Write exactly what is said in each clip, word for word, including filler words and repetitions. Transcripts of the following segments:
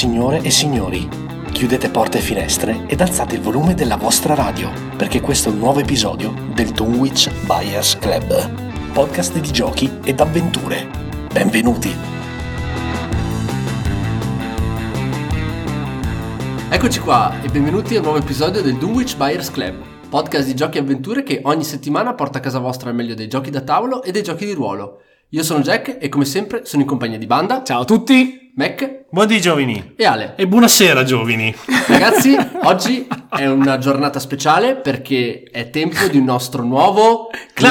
Signore e signori, chiudete porte e finestre ed alzate il volume della vostra radio, perché questo è un nuovo episodio del Dunwich Buyers Club, podcast di giochi ed avventure. Benvenuti! Eccoci qua e benvenuti a un nuovo episodio del Dunwich Buyers Club, podcast di giochi e avventure che ogni settimana porta a casa vostra il meglio dei giochi da tavolo e dei giochi di ruolo. Io sono Jack e come sempre sono in compagnia di Banda. Ciao a tutti! Mac. Buondì giovani. E Ale. E buonasera giovani. Ragazzi, oggi è una giornata speciale perché è tempo di un nostro nuovo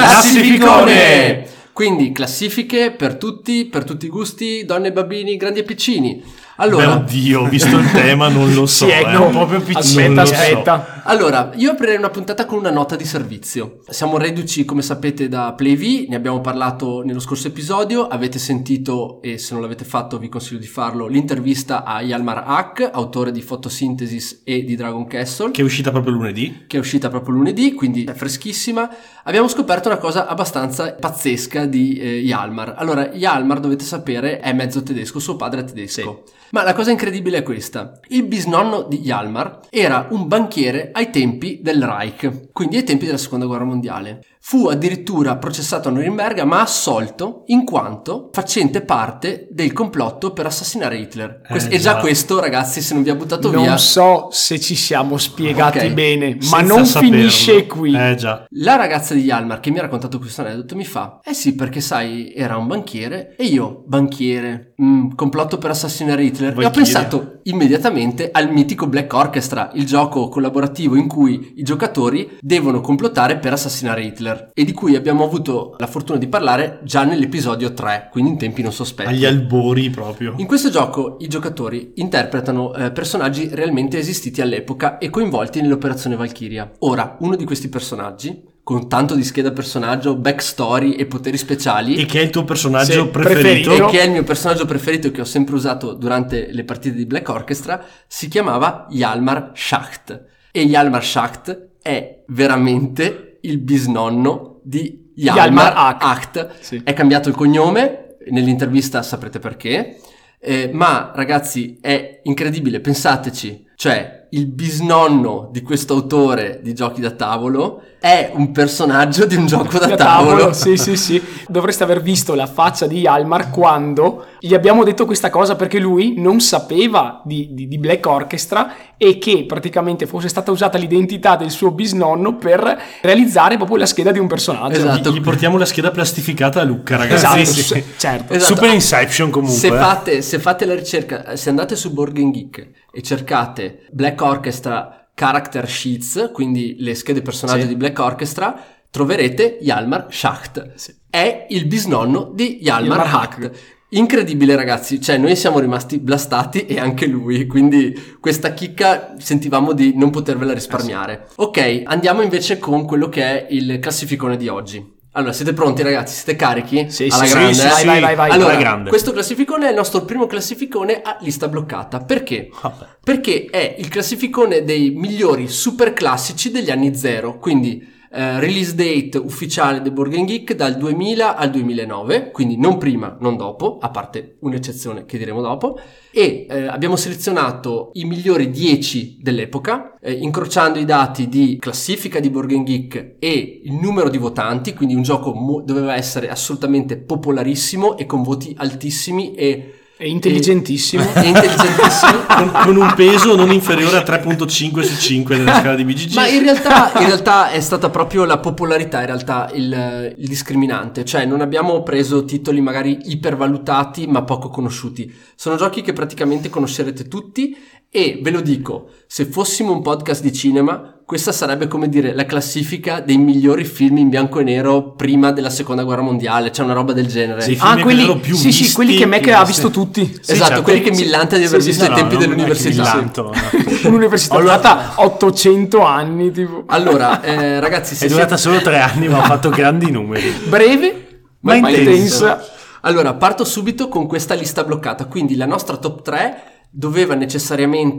classificone. Quindi classifiche per tutti, per tutti i gusti, donne e bambini, grandi e piccini. Allora, beh, oddio, visto il tema non lo so. Sì, ecco, eh. proprio piccino. Aspetta, aspetta. So. Allora, io aprirei una puntata con una nota di servizio. Siamo reduci, come sapete, da PlayV, ne abbiamo parlato nello scorso episodio. Avete sentito, e se non l'avete fatto vi consiglio di farlo, l'intervista a Hjalmar Ack, autore di Photosynthesis e di Dragon Castle. Che è uscita proprio lunedì. Che è uscita proprio lunedì, quindi è freschissima. Abbiamo scoperto una cosa abbastanza pazzesca di eh, Hjalmar. Allora, Hjalmar, dovete sapere, è mezzo tedesco, suo padre è tedesco. Sì. Ma la cosa incredibile è questa. Il bisnonno di Hjalmar era un banchiere ai tempi del Reich, quindi ai tempi della seconda guerra mondiale. Fu addirittura processato a Norimberga ma assolto in quanto facente parte del complotto per assassinare Hitler. Eh, e già, già questo, ragazzi, se non vi ha buttato non via... Non so se ci siamo spiegati okay. bene, Senza ma non saperlo. Finisce qui. Eh già. La ragazza di Hjalmar che mi ha raccontato questo aneddoto mi fa: eh sì, perché sai, era un banchiere e io, banchiere, mh, complotto per assassinare Hitler. Banchiere. E ho pensato immediatamente al mitico Black Orchestra, il gioco collaborativo in cui i giocatori devono complottare per assassinare Hitler, e di cui abbiamo avuto la fortuna di parlare già nell'episodio tre, quindi in tempi non sospetti. Agli albori proprio. In questo gioco i giocatori interpretano eh, personaggi realmente esistiti all'epoca e coinvolti nell'operazione Valkyria. Ora, uno di questi personaggi, con tanto di scheda personaggio, backstory e poteri speciali, e che è il tuo personaggio sì, preferito, e che è il mio personaggio preferito che ho sempre usato durante le partite di Black Orchestra, si chiamava Hjalmar Schacht. E Hjalmar Schacht è veramente il bisnonno di Hjalmar Ack. Sì. È cambiato il cognome, nell'intervista saprete perché, eh, ma ragazzi è incredibile, pensateci, cioè il bisnonno di questo autore di giochi da tavolo è un personaggio di un gioco da, da tavolo. tavolo. Sì, sì, sì. Dovreste aver visto la faccia di Hjalmar quando gli abbiamo detto questa cosa, perché lui non sapeva di, di, di Black Orchestra e che praticamente fosse stata usata l'identità del suo bisnonno per realizzare proprio la scheda di un personaggio. Esatto. Gli, gli portiamo la scheda plastificata a Lucca, ragazzi. Esatto, sì, sì. certo. Esatto. Super Inception comunque. Se eh. fate, se fate la ricerca, se andate su Board Game Geek e cercate Black Orchestra Character Sheets, quindi le schede personaggio sì. di Black Orchestra, troverete Hjalmar Schacht. Sì. È il bisnonno di Hjalmar Ack. Incredibile, ragazzi, cioè noi siamo rimasti blastati e anche lui, quindi questa chicca sentivamo di non potervela risparmiare. Eh sì. Ok, andiamo invece con quello che è il classificone di oggi. Allora, siete pronti, ragazzi? Siete carichi? Sì, alla sì, grande, sì, eh? sì, vai, vai, vai. Allora, grande. Questo classificone è il nostro primo classificone a lista bloccata. Perché? Vabbè. Perché è il classificone dei migliori super classici degli anni zero, quindi eh, release date ufficiale del Board Game Geek dal duemila al duemilanove, quindi non prima, non dopo, a parte un'eccezione che diremo dopo, e eh, abbiamo selezionato i migliori dieci dell'epoca, eh, incrociando i dati di classifica di Board Game Geek e il numero di votanti, quindi un gioco mo- doveva essere assolutamente popolarissimo e con voti altissimi e È intelligentissimo. È intelligentissimo. con, con un peso non inferiore a tre virgola cinque su cinque nella scala di B G G. Ma in realtà, in realtà è stata proprio la popolarità in realtà il, il discriminante. Cioè non abbiamo preso titoli magari ipervalutati ma poco conosciuti. Sono giochi che praticamente conoscerete tutti. E ve lo dico, se fossimo un podcast di cinema, questa sarebbe, come dire, la classifica dei migliori film in bianco e nero prima della seconda guerra mondiale, cioè una roba del genere. Sì, ah, quelli, più sì, visti, sì, quelli che Mac ha visto tutti. Esatto, sì, certo. quelli che millanta di aver sì, visto sì, ai no, tempi no, dell'università. Millanto, no. L'università è durata ottocento anni, tipo. Allora, eh, ragazzi, se è durata siete... solo tre anni, ma ha fatto grandi numeri. Breve, ma, ma intensa. intensa. Allora, parto subito con questa lista bloccata, quindi la nostra top tre doveva necessariamente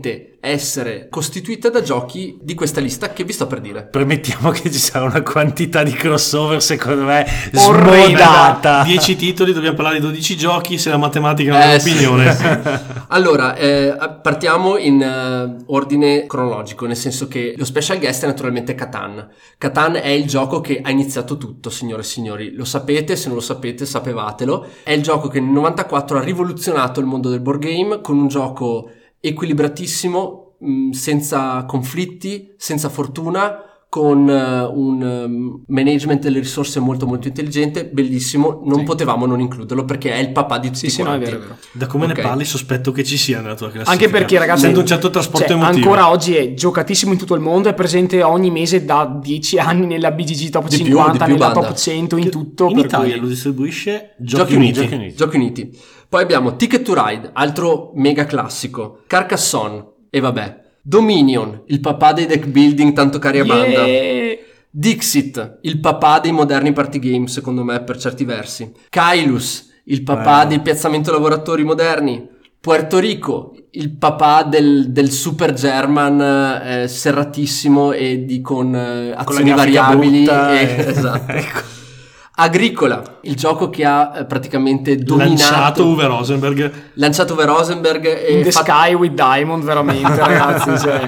essere costituita da giochi di questa lista che vi sto per dire. Premettiamo che ci sarà una quantità di crossover, secondo me, orrenda. dieci titoli, dobbiamo parlare di dodici giochi, se la matematica non è Eh, sì. un'opinione. Allora, eh, partiamo in eh, ordine cronologico, nel senso che lo special guest è naturalmente Catan. Catan è il gioco che ha iniziato tutto, signore e signori. Lo sapete, se non lo sapete sapevatelo. È il gioco che nel novantaquattro ha rivoluzionato il mondo del board game con un gioco equilibratissimo, mh, senza conflitti, senza fortuna, con uh, un um, management delle risorse molto molto intelligente, bellissimo. Non Sì. potevamo non includerlo perché è il papà di tutti Sì, sì, no, è quanti. vero, è vero. Da come Ok. ne parli sospetto che ci sia nella tua classifica. Anche perché, ragazzi, sento un certo trasporto cioè, emotivo. ancora oggi è giocatissimo in tutto il mondo, è presente ogni mese da dieci anni nella B G G Top Di più, cinquanta, di più, nella banda. Top cento, in tutto. In per Italia cui- lo distribuisce Giochi, Giochi Uniti. Uniti. Giochi Uniti. Giochi Uniti. Poi abbiamo Ticket to Ride, altro mega classico. Carcassonne, e vabbè. Dominion, il papà dei deck building tanto cari a banda. Yeah. Dixit, il papà dei moderni party game, secondo me, per certi versi. Kailus, il papà Eh. del piazzamento lavoratori moderni. Puerto Rico, il papà del, del super German eh, serratissimo e di, con eh, azioni grafica variabili. brutta e- e- esatto. Ecco. Agricola, il gioco che ha eh, praticamente dominato, Lanciato Uwe Rosenberg. lanciato Uwe Rosenberg e In the fatto, sky with diamond, veramente, ragazzi. Cioè.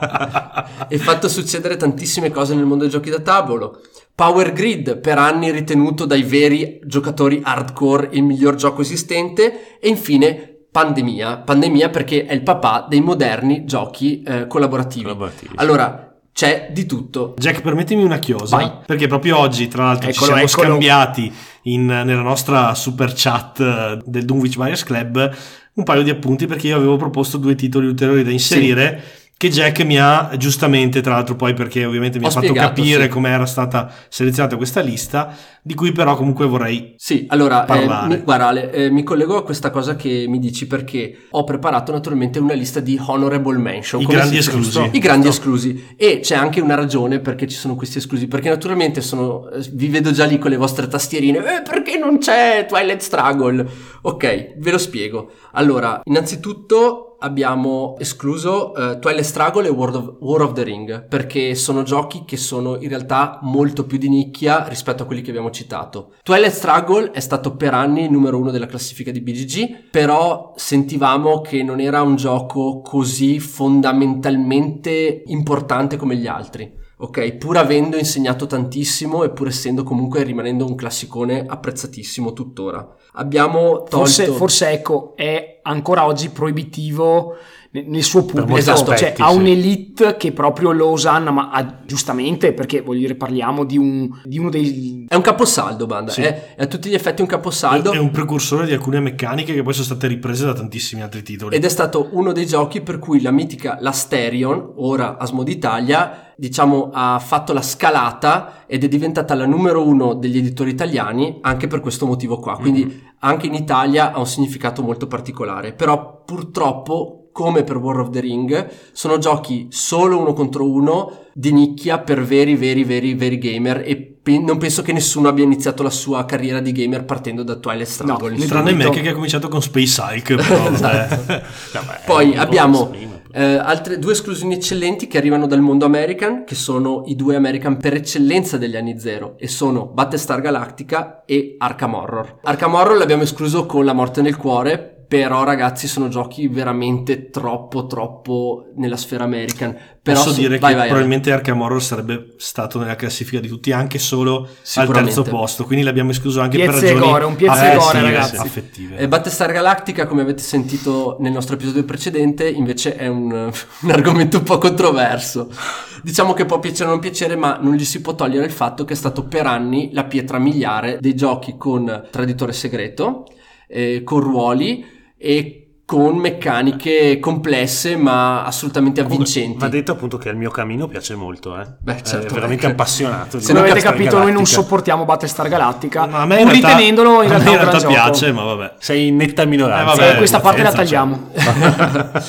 e fatto succedere tantissime cose nel mondo dei giochi da tavolo. Power Grid, per anni ritenuto dai veri giocatori hardcore il miglior gioco esistente. E infine Pandemia, Pandemia perché è il papà dei moderni giochi eh, collaborativi. Collaborativi, sì. Allora, c'è di tutto. Jack, permettimi una chiosa, Vai. perché proprio oggi, tra l'altro, ci Eccolo, siamo eccolo. scambiati in- nella nostra super chat eh, del Dunwich Buyers Club un paio di appunti, perché io avevo proposto due titoli ulteriori da inserire, che Jack mi ha giustamente, tra l'altro poi perché ovviamente mi Ho ha fatto spiegato, capire sì. come era stata selezionata questa lista, di cui però comunque vorrei... Sì, allora, eh, parlare. mi, guarda Ale, eh, mi collego a questa cosa che mi dici perché ho preparato naturalmente una lista di honorable mention. I come grandi si dice, esclusi. giusto? I grandi esclusi. E c'è anche una ragione perché ci sono questi esclusi, perché naturalmente sono, eh, vi vedo già lì con le vostre tastierine, eh, perché non c'è Twilight Struggle? Ok, ve lo spiego. Allora, innanzitutto abbiamo escluso uh, Twilight Struggle e World of, War of the Ring, perché sono giochi che sono in realtà molto più di nicchia rispetto a quelli che abbiamo citato. Twilight Struggle è stato per anni il numero uno della classifica di B G G, però sentivamo che non era un gioco così fondamentalmente importante come gli altri. Ok, pur avendo insegnato tantissimo e pur essendo comunque rimanendo un classicone apprezzatissimo tuttora. Abbiamo tolto... Forse, forse ecco, è ancora oggi proibitivo nel nel suo pubblico, molti Esatto, cioè aspetti, ha sì. un'elite che proprio lo osanna, ma ha- giustamente, perché voglio dire, parliamo di, un, di uno dei... È un caposaldo, banda, Sì. è, è a tutti gli effetti un caposaldo. È un precursore di alcune meccaniche che poi sono state riprese da tantissimi altri titoli. Ed è stato uno dei giochi per cui la mitica L'Asterion, ora Asmodi Italia, diciamo ha fatto la scalata ed è diventata la numero uno degli editori italiani anche per questo motivo qua. Quindi Mm-hmm. anche in Italia ha un significato molto particolare. Però purtroppo, come per War of the Ring, sono giochi solo uno contro uno di nicchia per veri, veri, veri, veri gamer e pe- non penso che nessuno abbia iniziato la sua carriera di gamer partendo da Twilight Struggle. No, Tranne Subito. me che ha cominciato con Space Hulk, però Esatto. vabbè. Poi Eh, abbiamo prima. eh, altre due esclusioni eccellenti che arrivano dal mondo American, che sono i due American per eccellenza degli anni zero, e sono Battlestar Galactica e Arkham Horror. Arkham Horror l'abbiamo escluso con La morte nel cuore, però ragazzi sono giochi veramente troppo troppo nella sfera American. Però Posso so- dire vai, che vai, probabilmente Arkham Horror sarebbe stato nella classifica di tutti anche solo al Sicuramente. terzo posto, quindi l'abbiamo escluso anche Piezze per e ragioni gore, un piezze e affettive, gore, ragazzi. affettive. E Battlestar Galactica, come avete sentito nel nostro episodio precedente, invece è un, un argomento un po' controverso. Diciamo che può piacere o non piacere, ma non gli si può togliere il fatto che è stato per anni la pietra miliare dei giochi con traditore segreto, eh, con ruoli e con meccaniche complesse ma assolutamente avvincenti. Va detto appunto che il mio cammino piace molto, eh. Beh, certo, è veramente eh. appassionato. di Se Come non avete Battlestar capito, noi non Galactica. sopportiamo Battlestar Galactica, Ma a me pur in realtà, ritenendolo in a me realtà in un gran realtà gioco. piace, ma vabbè. Sei in netta minoranza. Eh, vabbè, Eh, questa parte la pazienza, tagliamo.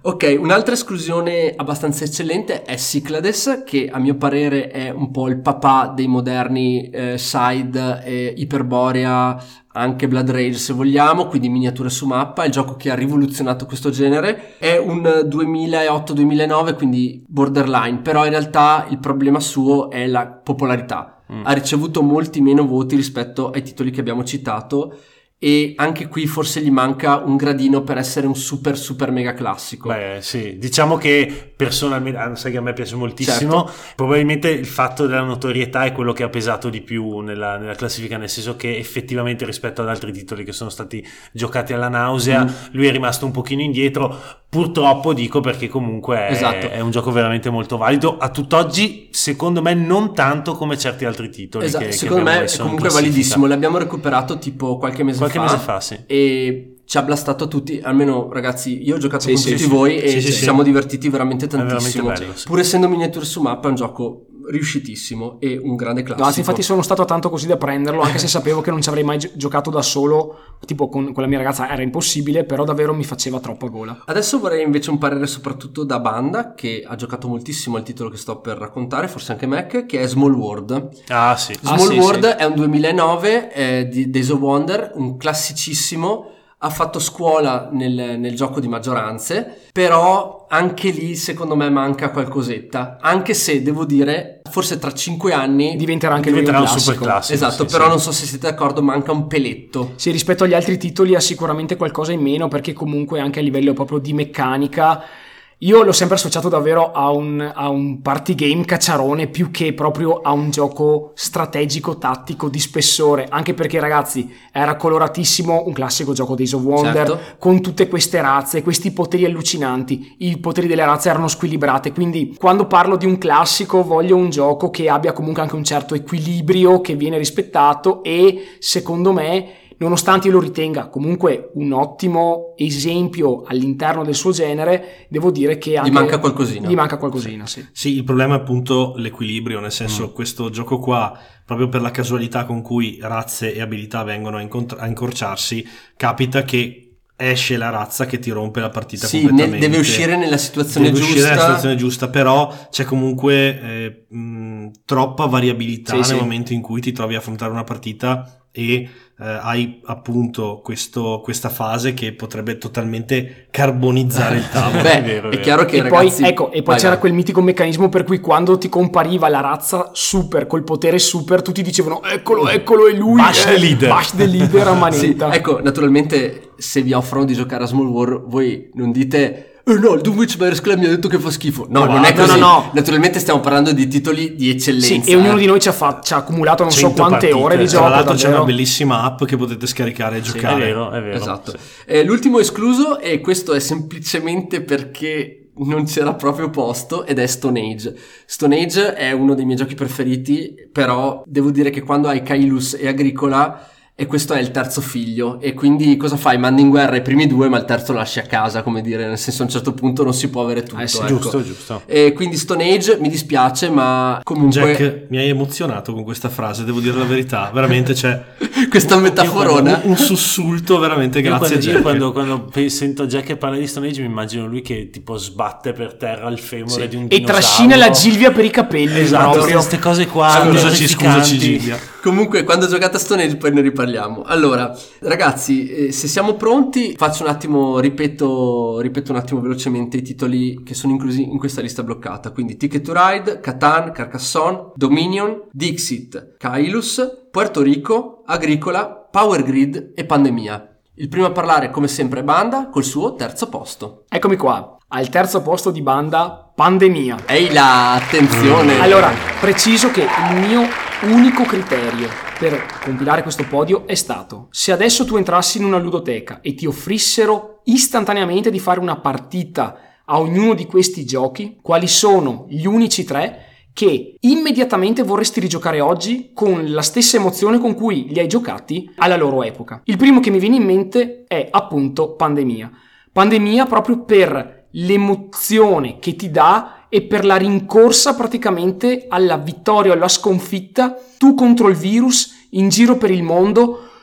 Ok, un'altra esclusione abbastanza eccellente è Cyclades, che a mio parere è un po' il papà dei moderni eh, Side, eh, Hyperborea, anche Blood Rage se vogliamo, quindi miniature su mappa. È il gioco che ha rivoluzionato questo genere. È un duemilaotto duemilanove, quindi borderline, però in realtà il problema suo è la popolarità. Mm. Ha ricevuto molti meno voti rispetto ai titoli che abbiamo citato, e anche qui forse gli manca un gradino per essere un super super mega classico. Beh sì, diciamo che personalmente, ah, sai che a me piace moltissimo, certo. Probabilmente il fatto della notorietà è quello che ha pesato di più nella, nella classifica, nel senso che effettivamente rispetto ad altri titoli che sono stati giocati alla nausea, mm. lui è rimasto un pochino indietro, purtroppo dico, perché comunque è, esatto. è un gioco veramente molto valido a tutt'oggi, secondo me non tanto come certi altri titoli, esatto. che, secondo che me è comunque validissimo. L'abbiamo recuperato tipo qualche mese qualche fa mese fa sì. E ci ha blastato tutti, almeno ragazzi, io ho giocato sì, con sì, tutti sì. voi e sì, ci sì, siamo sì. divertiti veramente tantissimo, veramente bello, sì. Pur essendo miniature su mappa è un gioco riuscitissimo e un grande classico. No, infatti sono stato tanto così da prenderlo, anche se sapevo che non ci avrei mai gi- giocato da solo, tipo con, con la mia ragazza era impossibile, però davvero mi faceva troppo a gola. Adesso vorrei invece un parere soprattutto da Banda, che ha giocato moltissimo al titolo che sto per raccontare, forse anche Mac, che è Small World. Ah sì. Small ah, sì, World sì. è un duemilanove eh, di Days of Wonder, un classicissimo. Ha fatto scuola nel, nel gioco di maggioranze, però anche lì secondo me manca qualcosetta, anche se devo dire forse tra cinque anni diventerà anche diventerà lui un un classico. super classico. Esatto, sì, però sì. non so se siete d'accordo, manca un peletto. Sì, rispetto agli altri titoli ha sicuramente qualcosa in meno, perché comunque anche a livello proprio di meccanica io l'ho sempre associato davvero a un, a un party game cacciarone più che proprio a un gioco strategico tattico di spessore, anche perché ragazzi era coloratissimo, un classico gioco Days of Wonder, certo. con tutte queste razze, questi poteri allucinanti, i poteri delle razze erano squilibrate, quindi quando parlo di un classico voglio un gioco che abbia comunque anche un certo equilibrio, che viene rispettato, e secondo me, nonostante io lo ritenga comunque un ottimo esempio all'interno del suo genere, devo dire che anche gli manca qualcosina. Gli manca qualcosina, sì. Sì, il problema è appunto l'equilibrio, nel senso mm. questo gioco qua, proprio per la casualità con cui razze e abilità vengono a, incontr- a incorciarsi, capita che esce la razza che ti rompe la partita sì, completamente. Ne- deve uscire nella situazione deve giusta. uscire nella situazione giusta, però c'è comunque eh, mh, troppa variabilità sì, nel sì. momento in cui ti trovi a affrontare una partita e eh, hai appunto questo, questa fase che potrebbe totalmente carbonizzare il tavolo. Beh, è vero, è è chiaro che e ragazzi, poi, ecco, e poi vai, c'era vai. quel mitico meccanismo per cui quando ti compariva la razza super col potere super, tutti dicevano eccolo, eccolo, è lui, Bash the leader. Bash the leader a Sì, manetta. ecco, naturalmente se vi offrono di giocare a Small War, voi non dite eh no, il Dunwich Buyers Club mi ha detto che fa schifo. No, No, non è no, così. no, no. Naturalmente stiamo parlando di titoli di eccellenza. Sì, e ognuno di noi ci ha, fatto, ci ha accumulato non so cento quante partite. ore di Tra gioco. l'altro c'è davvero. una bellissima app che potete scaricare e È giocare. vero, è vero. Esatto. Sì. Eh, l'ultimo escluso, e questo è semplicemente perché non c'era proprio posto, ed è Stone Age. Stone Age è uno dei miei giochi preferiti, però devo dire che quando hai Kailus e Agricola, e questo è il terzo figlio, e quindi cosa fai? Mandi in guerra i primi due, ma il terzo lo lasci a casa, come dire, nel senso a un certo punto non si può avere tutto. Eh sì, ecco. Giusto, giusto. E quindi Stone Age mi dispiace, ma comunque Jack, mi hai emozionato con questa frase, devo dire la verità, veramente c'è questa metaforona. un, un sussulto veramente Io grazie quando, a Jack. io quando, quando pe- sento Jack che parla di Stone Age mi immagino lui che tipo sbatte per terra il femore Sì. di un E dinosauro. trascina la Gilvia per i capelli. Esatto, proprio. queste cose qua. Scusaci, terrificanti. scusaci Gilvia. Comunque, quando giocate a Stone Age poi ne riparliamo. Allora, ragazzi, eh, se siamo pronti, faccio un attimo, ripeto, ripeto un attimo velocemente i titoli che sono inclusi in questa lista bloccata. Quindi Ticket to Ride, Catan, Carcassonne, Dominion, Dixit, Kailus, Puerto Rico, Agricola, Power Grid e Pandemia. Il primo a parlare, come sempre, è Banda, col suo terzo posto. Eccomi qua, al terzo posto di Banda, Pandemia. Ehi là, attenzione! Allora, preciso che il mio unico criterio per compilare questo podio è stato: se adesso tu entrassi in una ludoteca e ti offrissero istantaneamente di fare una partita a ognuno di questi giochi, quali sono gli unici tre che immediatamente vorresti rigiocare oggi con la stessa emozione con cui li hai giocati alla loro epoca? Il primo che mi viene in mente è appunto Pandemia. Pandemia proprio per l'emozione che ti dà e per la rincorsa praticamente alla vittoria o alla sconfitta, tu contro il virus in giro per il mondo,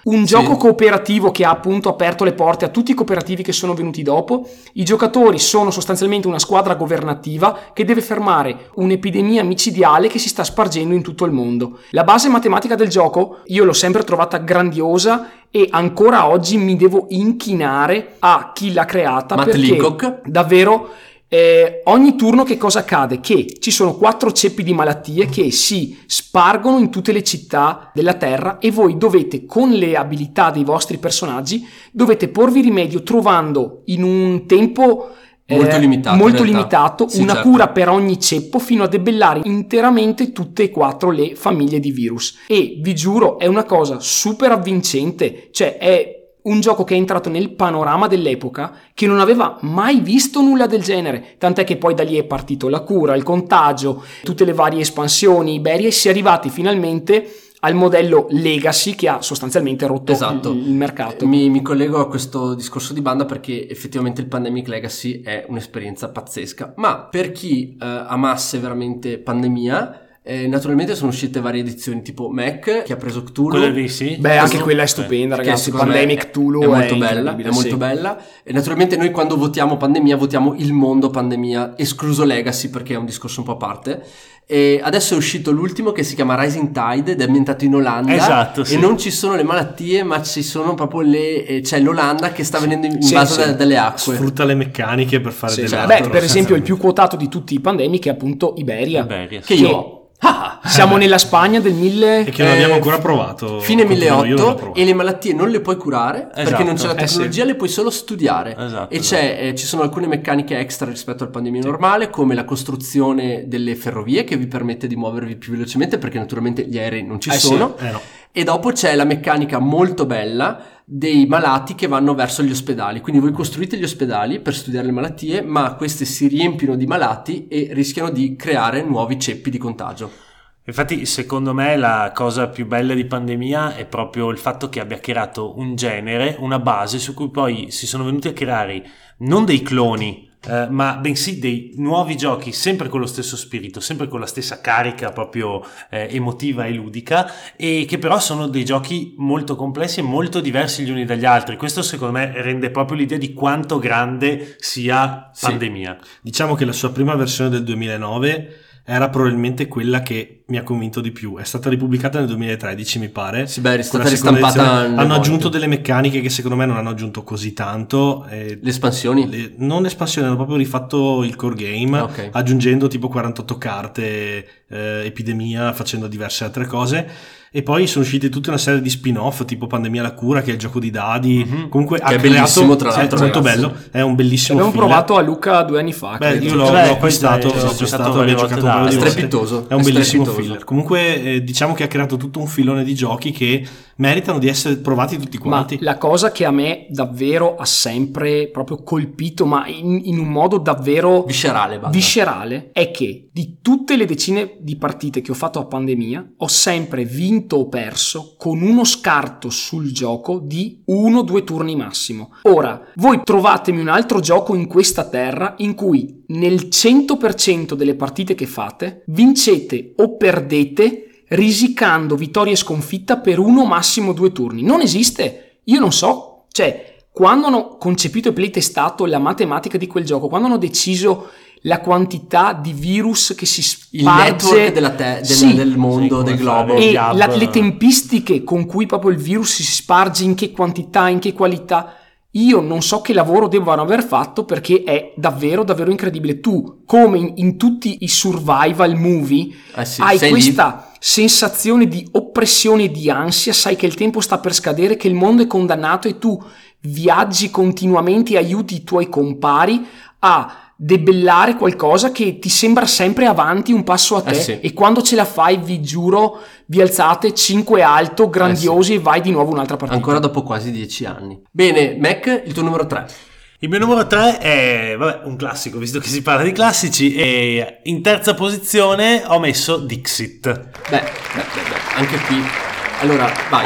un Sì. gioco cooperativo che ha appunto aperto le porte a tutti i cooperativi che sono venuti dopo. I giocatori sono sostanzialmente una squadra governativa che deve fermare un'epidemia micidiale che si sta spargendo in tutto il mondo. La base matematica del gioco io l'ho sempre trovata grandiosa e ancora oggi mi devo inchinare a chi l'ha creata, Matt perché Leacock. davvero eh, ogni turno che cosa accade? Che ci sono quattro ceppi di malattie che si spargono in tutte le città della Terra e voi dovete, con le abilità dei vostri personaggi, dovete porvi rimedio trovando in un tempo Molto limitato, molto in realtà. limitato Sì, una certo. cura per ogni ceppo fino a debellare interamente tutte e quattro le famiglie di virus. E vi giuro, è una cosa super avvincente, cioè è un gioco che è entrato nel panorama dell'epoca, che non aveva mai visto nulla del genere, tant'è che poi da lì è partito la cura, il contagio, tutte le varie espansioni, Iberia, e si è arrivati finalmente al modello Legacy che ha sostanzialmente rotto Esatto. il, il mercato. Mi, mi collego a questo discorso di banda perché effettivamente il Pandemic Legacy è un'esperienza pazzesca, ma per chi eh, amasse veramente Pandemia, eh, naturalmente sono uscite varie edizioni tipo Mac che ha preso Cthulhu. Quella lì, sì. Beh, anche Questo- quella è stupenda, Che ragazzi. secondo me Pandemic è- Cthulhu è molto bella, incredibile, è molto sì. bella. E naturalmente noi quando votiamo Pandemia votiamo il mondo Pandemia, escluso Legacy perché è un discorso un po' a parte. E adesso è uscito l'ultimo che si chiama Rising Tide ed è ambientato in Olanda. Esatto, sì. E non ci sono le malattie, ma ci sono proprio le eh, c'è l'Olanda che sta venendo Sì, invasa sì. da- dalle acque. Sfrutta le meccaniche per fare Sì, delle certo. Beh, altro, per esempio, il senza- più quotato di tutti i pandemici è appunto Iberia. Iberia, Che sì. io ho. Ah, Siamo nella Spagna del mille. e che non Eh, abbiamo ancora provato. Fine Io non l'ho milleottocento provato. e le malattie non le puoi curare perché Esatto. non c'è la Eh, tecnologia, sì. le puoi solo studiare. Esatto, e c'è, eh, ci sono alcune meccaniche extra rispetto al pandemia normale, come la costruzione delle ferrovie che vi permette di muovervi più velocemente perché naturalmente gli aerei non ci Eh, sì. sono. Eh, no. E dopo c'è la meccanica molto bella dei malati che vanno verso gli ospedali. Quindi voi costruite gli ospedali per studiare le malattie, ma queste si riempiono di malati e rischiano di creare nuovi ceppi di contagio. Infatti, secondo me, la cosa più bella di Pandemia è proprio il fatto che abbia creato un genere, una base su cui poi si sono venuti a creare non dei cloni, eh, ma bensì dei nuovi giochi, sempre con lo stesso spirito, sempre con la stessa carica proprio eh, emotiva e ludica, e che però sono dei giochi molto complessi e molto diversi gli uni dagli altri. Questo, secondo me, rende proprio l'idea di quanto grande sia Sì. Pandemia. Diciamo che la sua prima versione del duemilanove era probabilmente quella che mi ha convinto di più. È stata ripubblicata nel duemilatredici, mi pare. Sì, beh, è stata Quella seconda ristampata edizione. alle Hanno volte. aggiunto delle meccaniche che secondo me non hanno aggiunto così tanto. eh, Le espansioni? le- non espansioni, hanno proprio rifatto il core game, Ah, ok. aggiungendo tipo quarantotto carte, eh, epidemia, facendo diverse altre cose. E poi sono uscite tutta una serie di spin-off, tipo Pandemia la cura, che è il gioco di dadi. Mhm. Comunque Che ha è creato, bellissimo, tra è l'altro, molto ragazzi. bello, è un bellissimo Abbiamo filler. provato a Luca due anni fa. Beh, credo. io l'ho, Beh, l'ho questo acquistato, è- l'ho l'ho acquistato, acquistato abbiamo varie giocato volte un paio da- di È volte. strepitoso, È un è bellissimo strepitoso. filler. Comunque eh, diciamo che ha creato tutto un filone di giochi che meritano di essere provati tutti Ma quanti. la cosa che a me davvero ha sempre proprio colpito, ma in, in un modo davvero Viscerale, banda. viscerale, è che di tutte le decine di partite che ho fatto a Pandemia, ho sempre vinto o perso con uno scarto sul gioco di uno o due turni massimo. Ora, voi trovatemi un altro gioco in questa terra in cui nel cento per cento delle partite che fate vincete o perdete risicando vittoria e sconfitta per uno massimo due turni. Non esiste. Io non so, cioè, quando hanno concepito e playtestato la matematica di quel gioco, quando hanno deciso la quantità di virus che si Il sparge, network della te- del, Sì. del mondo, Sì, come del globo. fare- e gli hub- la- le tempistiche con cui proprio il virus si sparge, in che quantità, in che qualità, io non so che lavoro devono aver fatto, perché è davvero davvero incredibile. Tu, come in, in tutti i survival movie, Eh sì, hai sei lì. questa sensazione di oppressione e di ansia, sai che il tempo sta per scadere, che il mondo è condannato e tu viaggi continuamente e aiuti i tuoi compari a debellare qualcosa che ti sembra sempre avanti, un passo a te, Eh sì. e quando ce la fai, vi giuro, vi alzate cinque alto, grandiosi, e vai di nuovo un'altra partita. Ancora dopo quasi dieci anni. Bene, Mac, il tuo numero tre. Il mio numero tre è vabbè, un classico, visto che si parla di classici, e in terza posizione ho messo Dixit. Beh, beh, beh, beh, anche qui. Allora, vai.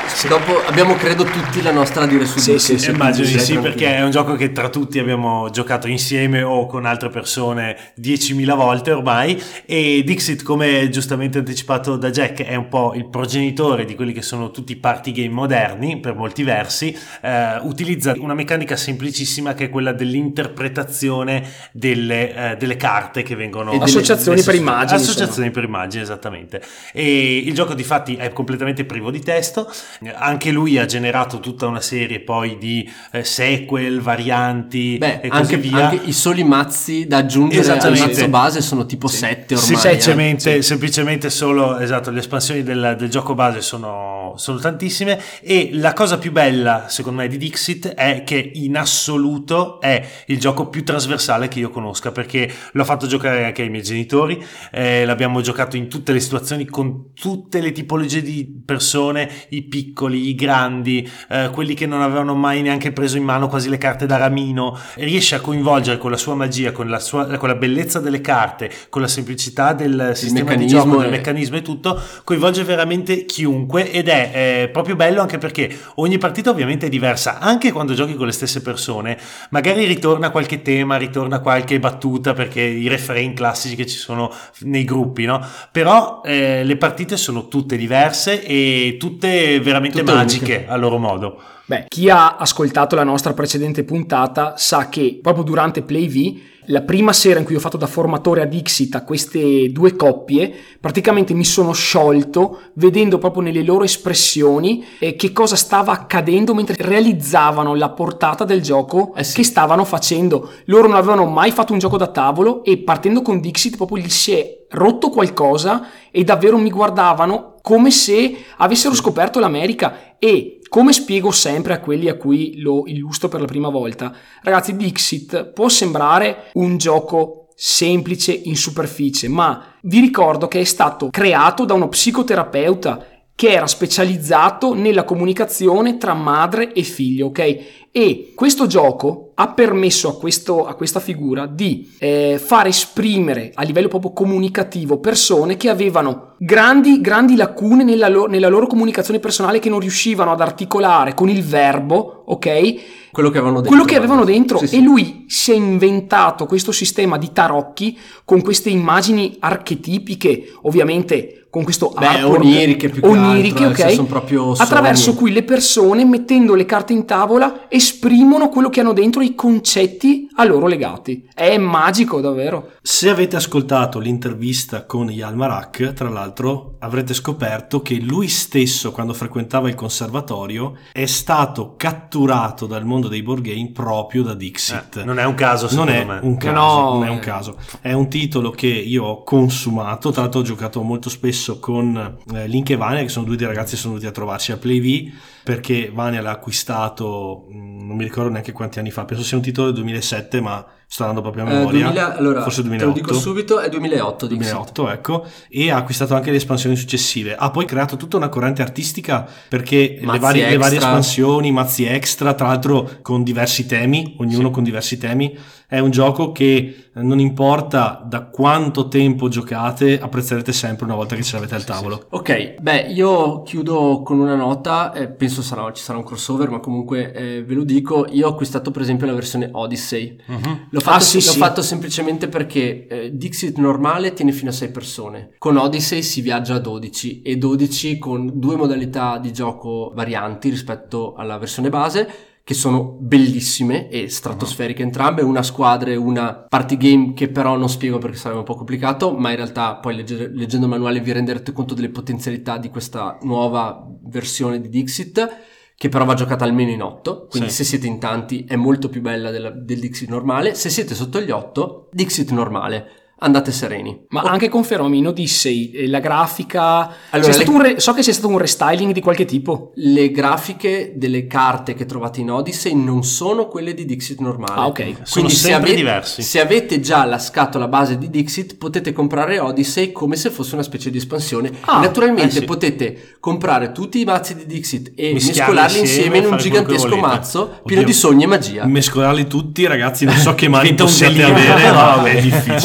sì. Dopo abbiamo credo tutti la nostra a dire su sì, Dixit. sì, sì, immagino di sì, tranquillo. perché è un gioco che tra tutti abbiamo giocato insieme o con altre persone diecimila volte ormai, e Dixit, come giustamente anticipato da Jack, è un po' il progenitore di quelli che sono tutti i party game moderni per molti versi. Eh, utilizza una meccanica semplicissima che è quella dell'interpretazione delle, eh, delle carte che vengono... Associazioni per immagini. Associazioni insomma. per immagini, esattamente. E il gioco di fatti è completamente privo di testo. Anche lui ha generato tutta una serie poi di eh, sequel, varianti Beh, e anche, così via. anche i soli mazzi da aggiungere al mazzo base sono tipo sì. sette ormai. Semplicemente, eh. semplicemente solo, esatto, le espansioni del, del gioco base sono, sono tantissime, e la cosa più bella secondo me di Dixit è che in assoluto è il gioco più trasversale che io conosca, perché l'ho fatto giocare anche ai miei genitori, eh, l'abbiamo giocato in tutte le situazioni con tutte le tipologie di persone, i piccoli, i grandi, eh, quelli che non avevano mai neanche preso in mano quasi le carte da ramino. Riesce a coinvolgere con la sua magia, con la, sua, con la bellezza delle carte, con la semplicità del sistema di gioco, del è... meccanismo e tutto, coinvolge veramente chiunque, ed è eh, proprio bello anche perché ogni partita ovviamente è diversa, anche quando giochi con le stesse persone magari ritorna qualche tema, ritorna qualche battuta, perché i refrain classici che ci sono nei gruppi, no? Però eh, le partite sono tutte diverse e tutte veramente tutte magiche uniche. A loro modo. Beh, chi ha ascoltato la nostra precedente puntata sa che proprio durante PlayV, la prima sera in cui ho fatto da formatore a Dixit a queste due coppie, praticamente mi sono sciolto vedendo proprio nelle loro espressioni eh, che cosa stava accadendo mentre realizzavano la portata del gioco eh sì. che stavano facendo. Loro non avevano mai fatto un gioco da tavolo e partendo con Dixit proprio gli si è rotto qualcosa e davvero mi guardavano come se avessero scoperto l'America. E come spiego sempre a quelli a cui lo illustro per la prima volta, ragazzi, Dixit può sembrare un gioco semplice in superficie, ma vi ricordo che è stato creato da uno psicoterapeuta che era specializzato nella comunicazione tra madre e figlio, ok? E questo gioco ha permesso a, questo, a questa figura di eh, far esprimere a livello proprio comunicativo persone che avevano grandi, grandi lacune nella, lo, nella loro comunicazione personale, che non riuscivano ad articolare con il verbo, ok? Quello che avevano dentro. Quello che avevano dentro. Sì, sì. E lui si è inventato questo sistema di tarocchi con queste immagini archetipiche, ovviamente con questo Beh, artwork oniriche più che oniriche, altro, ok? sono proprio attraverso sogni. cui le persone, mettendo le carte in tavola, esprimono quello che hanno dentro, i concetti a loro legati. È magico, davvero. Se avete ascoltato l'intervista con Hjalmar Ach, tra l'altro, avrete scoperto che lui stesso, quando frequentava il conservatorio, è stato catturato dal mondo dei board game proprio da Dixit. Eh, non è un caso, secondo non è me. un caso, No, non è eh. un caso. È un titolo che io ho consumato, tra l'altro ho giocato molto spesso con eh, Link e Vania, che sono due dei ragazzi che sono venuti a trovarci a PlayV, perché Vania l'ha acquistato mh, non mi ricordo neanche quanti anni fa, penso sia un titolo del duemilasette, ma sto andando proprio a memoria, eh, duemila, allora, forse te duemilaotto. lo dico subito, è duemilaotto, duemilaotto, ecco, e ha acquistato anche le espansioni successive. Ha poi creato tutta una corrente artistica, perché le varie, le varie espansioni, mazzi extra, tra l'altro con diversi temi, ognuno sì. con diversi temi. È un gioco che non importa da quanto tempo giocate, apprezzerete sempre una volta che ce l'avete al tavolo. Sì, sì. Ok, beh, io chiudo con una nota, eh, penso sarà, ci sarà un crossover, ma comunque eh, ve lo dico, io ho acquistato per esempio la versione Odyssey. Uh-huh. L'ho, fatto, ah, sì, l'ho sì. fatto semplicemente perché eh, Dixit normale tiene fino a sei persone, con Odyssey si viaggia a dodici, e dodici con due modalità di gioco varianti rispetto alla versione base, che sono bellissime e stratosferiche entrambe, una squadra e una party game, che però non spiego perché sarebbe un po' complicato, ma in realtà poi legge, leggendo il manuale vi renderete conto delle potenzialità di questa nuova versione di Dixit, che però va giocata almeno in otto, quindi sì. se siete in tanti è molto più bella della, del Dixit normale. Se siete sotto gli otto, Dixit normale, andate sereni. Ma oh. anche confermami in Odyssey la grafica, allora, le... un re... so che sia stato un restyling di qualche tipo. Le grafiche delle carte che trovate in Odyssey non sono quelle di Dixit normale. Ah, ok. Quindi sono se sempre avete, diversi. Se avete già la scatola base di Dixit, potete comprare Odyssey come se fosse una specie di espansione. Ah, e naturalmente eh sì. potete comprare tutti i mazzi di Dixit e Mischiarli mescolarli insieme in un fare gigantesco quello che volete. mazzo Oddio. pieno di sogni e magia. Mescolarli tutti, ragazzi, non so che mani Diventa un possiate delirio. avere, No, ma è difficile. Volate direttamente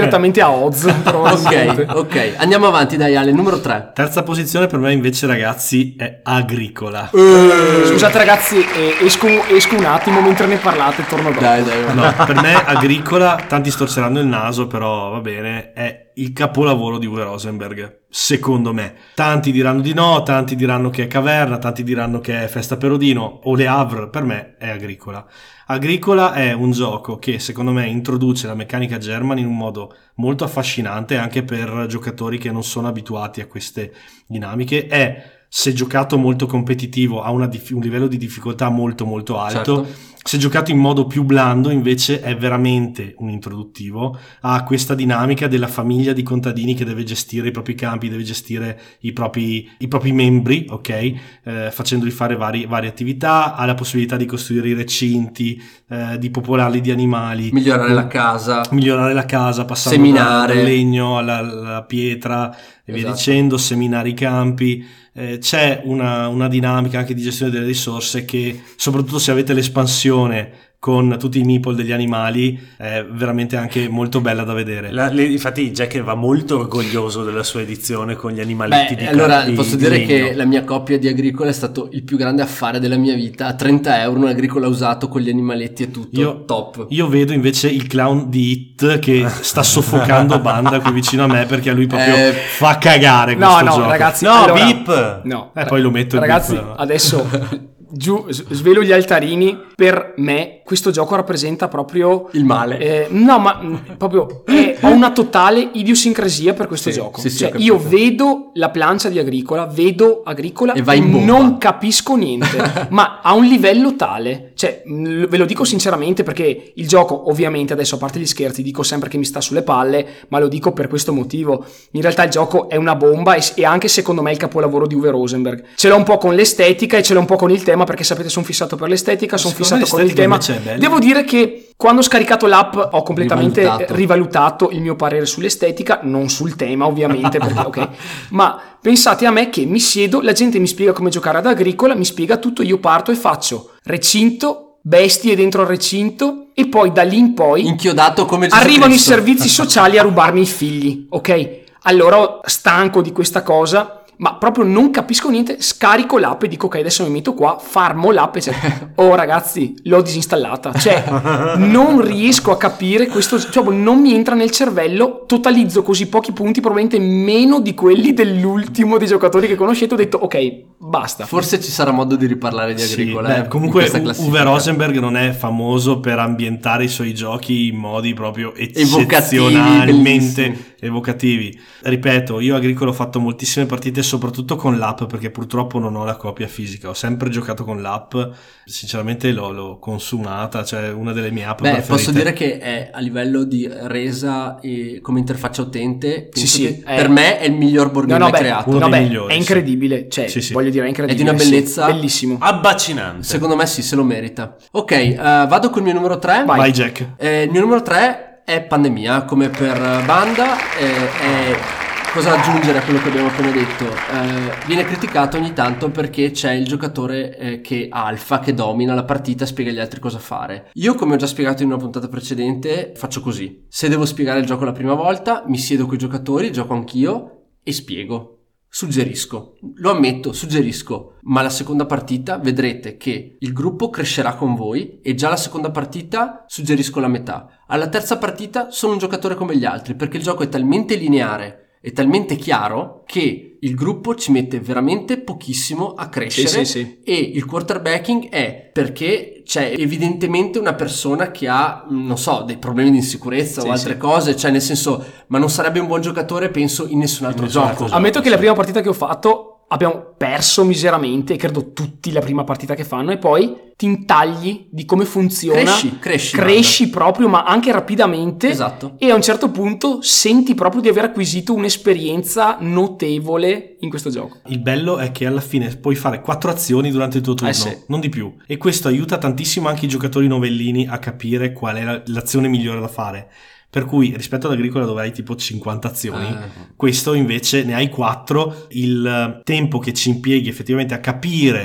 completamente a Oz. Ok, ok, andiamo avanti, dai Ale, numero tre. Terza posizione per me invece, ragazzi, è Agricola. Uh, scusate ragazzi, eh, esco, esco un attimo mentre ne parlate, torno dopo. Dai, dai, No, per me Agricola, tanti storceranno il naso, però va bene, è il capolavoro di Uwe Rosenberg, secondo me. Tanti diranno di no, tanti diranno che è Caverna, tanti diranno che è Festa per Odino o Le Havre, per me è Agricola. Agricola è un gioco che secondo me introduce la meccanica German in un modo molto affascinante anche per giocatori che non sono abituati a queste dinamiche. È, se giocato molto competitivo, ha una dif- un livello di difficoltà molto molto alto. Certo. Se giocato in modo più blando invece è veramente un introduttivo a questa dinamica della famiglia di contadini che deve gestire i propri campi, deve gestire i propri, i propri membri, ok? Eh, facendoli fare vari, varie attività, ha la possibilità di costruire i recinti, eh, di popolarli di animali, Migliorare la casa, migliorare la casa, passando seminare, dal legno alla, alla pietra e via esatto. dicendo, seminare i campi. Eh, c'è una, una dinamica anche di gestione delle risorse che, soprattutto se avete l'espansione con tutti i meeple degli animali, è veramente anche molto bella da vedere. La, le, infatti Jack va molto orgoglioso della sua edizione con gli animaletti. Beh, di allora di, posso di dire legno. che la mia coppia di Agricola è stato il più grande affare della mia vita. A trenta euro un Agricola usato con gli animaletti e tutto, Io, top. Io vedo invece il clown di It che sta soffocando Banda qui vicino a me perché a lui proprio Eh, fa cagare No, questo no, gioco. ragazzi, No, allora, beep! No, Eh, poi lo metto il ragazzi, beep. adesso giù, svelo gli altarini. Per me questo gioco rappresenta proprio Il male. eh, no, ma mh, proprio eh, ho una totale idiosincrasia per questo Sì, gioco. sì, sì, Cioè, ho capito. io vedo la plancia di Agricola, vedo Agricola E vai in bomba. non capisco niente, ma a un livello tale, cioè mh, ve lo dico sinceramente perché il gioco, ovviamente, adesso a parte gli scherzi, dico sempre che mi sta sulle palle, ma lo dico per questo motivo. In realtà il gioco è una bomba e, e anche secondo me il capolavoro di Uwe Rosenberg. Ce l'ho un po' con l'estetica e ce l'ho un po' con il tema, perché sapete sono fissato per l'estetica, sono Secondo me fissato con il l'estetica tema. invece è bella. Devo dire che quando ho scaricato l'app ho completamente Rivalutato. rivalutato il mio parere sull'estetica, non sul tema ovviamente, perché ok, ma pensate a me che mi siedo, la gente mi spiega come giocare ad Agricola, mi spiega tutto, io parto e faccio recinto, bestie dentro il recinto e poi da lì in poi Inchiodato come Gesù arrivano i Cristo. servizi sociali a rubarmi i figli, ok? Allora, stanco di questa cosa, ma proprio non capisco niente, scarico l'app e dico ok, adesso mi metto qua, farmo l'app e cioè, oh ragazzi, l'ho disinstallata, cioè non riesco a capire questo, cioè non mi entra nel cervello, totalizzo così pochi punti, probabilmente meno di quelli dell'ultimo dei giocatori che conoscete, ho detto ok, basta. Forse ci sarà modo di riparlare di Sì, Agricola. beh, eh, in comunque questa U- classifica. Uwe Rosenberg non è famoso per ambientare i suoi giochi in modi proprio Evocativi, eccezionalmente bellissimi. evocativi. Ripeto, io Agricola ho fatto moltissime partite soprattutto con l'app, perché purtroppo non ho la copia fisica, ho sempre giocato con l'app, sinceramente l'ho, l'ho consumata, cioè una delle mie app Beh, preferite. posso dire che è a livello di resa e come interfaccia utente, penso sì, che è- per me è il miglior board No, game no, mai beh, creato. Uno no, dei beh, migliori, è sì. incredibile, cioè Sì, sì. voglio dire, è incredibile. È di una sì, bellezza- bellissimo. Abbacinante. Secondo me sì, se lo merita. Ok, eh, vado col mio numero tre. Vai. Vai Jack. Eh, il mio numero tre è Pandemia, come per Banda. eh, è... Cosa aggiungere a quello che abbiamo appena detto? Eh, viene criticato ogni tanto perché c'è il giocatore eh, che alfa, che domina la partita e spiega agli altri cosa fare. Io, come ho già spiegato in una puntata precedente, faccio così. Se devo spiegare il gioco la prima volta, mi siedo con i giocatori, gioco anch'io e spiego. Suggerisco, lo ammetto, suggerisco, ma la seconda partita vedrete che il gruppo crescerà con voi e già la seconda partita suggerisco la metà. Alla terza partita sono un giocatore come gli altri, perché il gioco è talmente lineare, è talmente chiaro che il gruppo ci mette veramente pochissimo a crescere. Sì, sì, sì. E il quarterbacking è perché c'è evidentemente una persona che ha, non so, dei problemi di insicurezza Sì, o altre sì. cose, cioè nel senso, ma non sarebbe un buon giocatore, penso, in nessun altro nessun gioco. altro gioco. Ammetto che la prima partita che ho fatto abbiamo perso miseramente, credo tutti la prima partita che fanno, e poi ti intagli di come funziona, Cresci, cresci, cresci proprio, ma anche rapidamente. Esatto. E a un certo punto senti proprio di aver acquisito un'esperienza notevole in questo gioco. Il bello è che alla fine puoi fare quattro azioni durante il tuo turno, Eh sì. non di più. E questo aiuta tantissimo anche i giocatori novellini a capire qual è la- l'azione migliore da fare. Per cui rispetto ad Agricola dove hai tipo cinquanta azioni, Eh. questo invece ne hai quattro. Il tempo che ci impieghi effettivamente a capire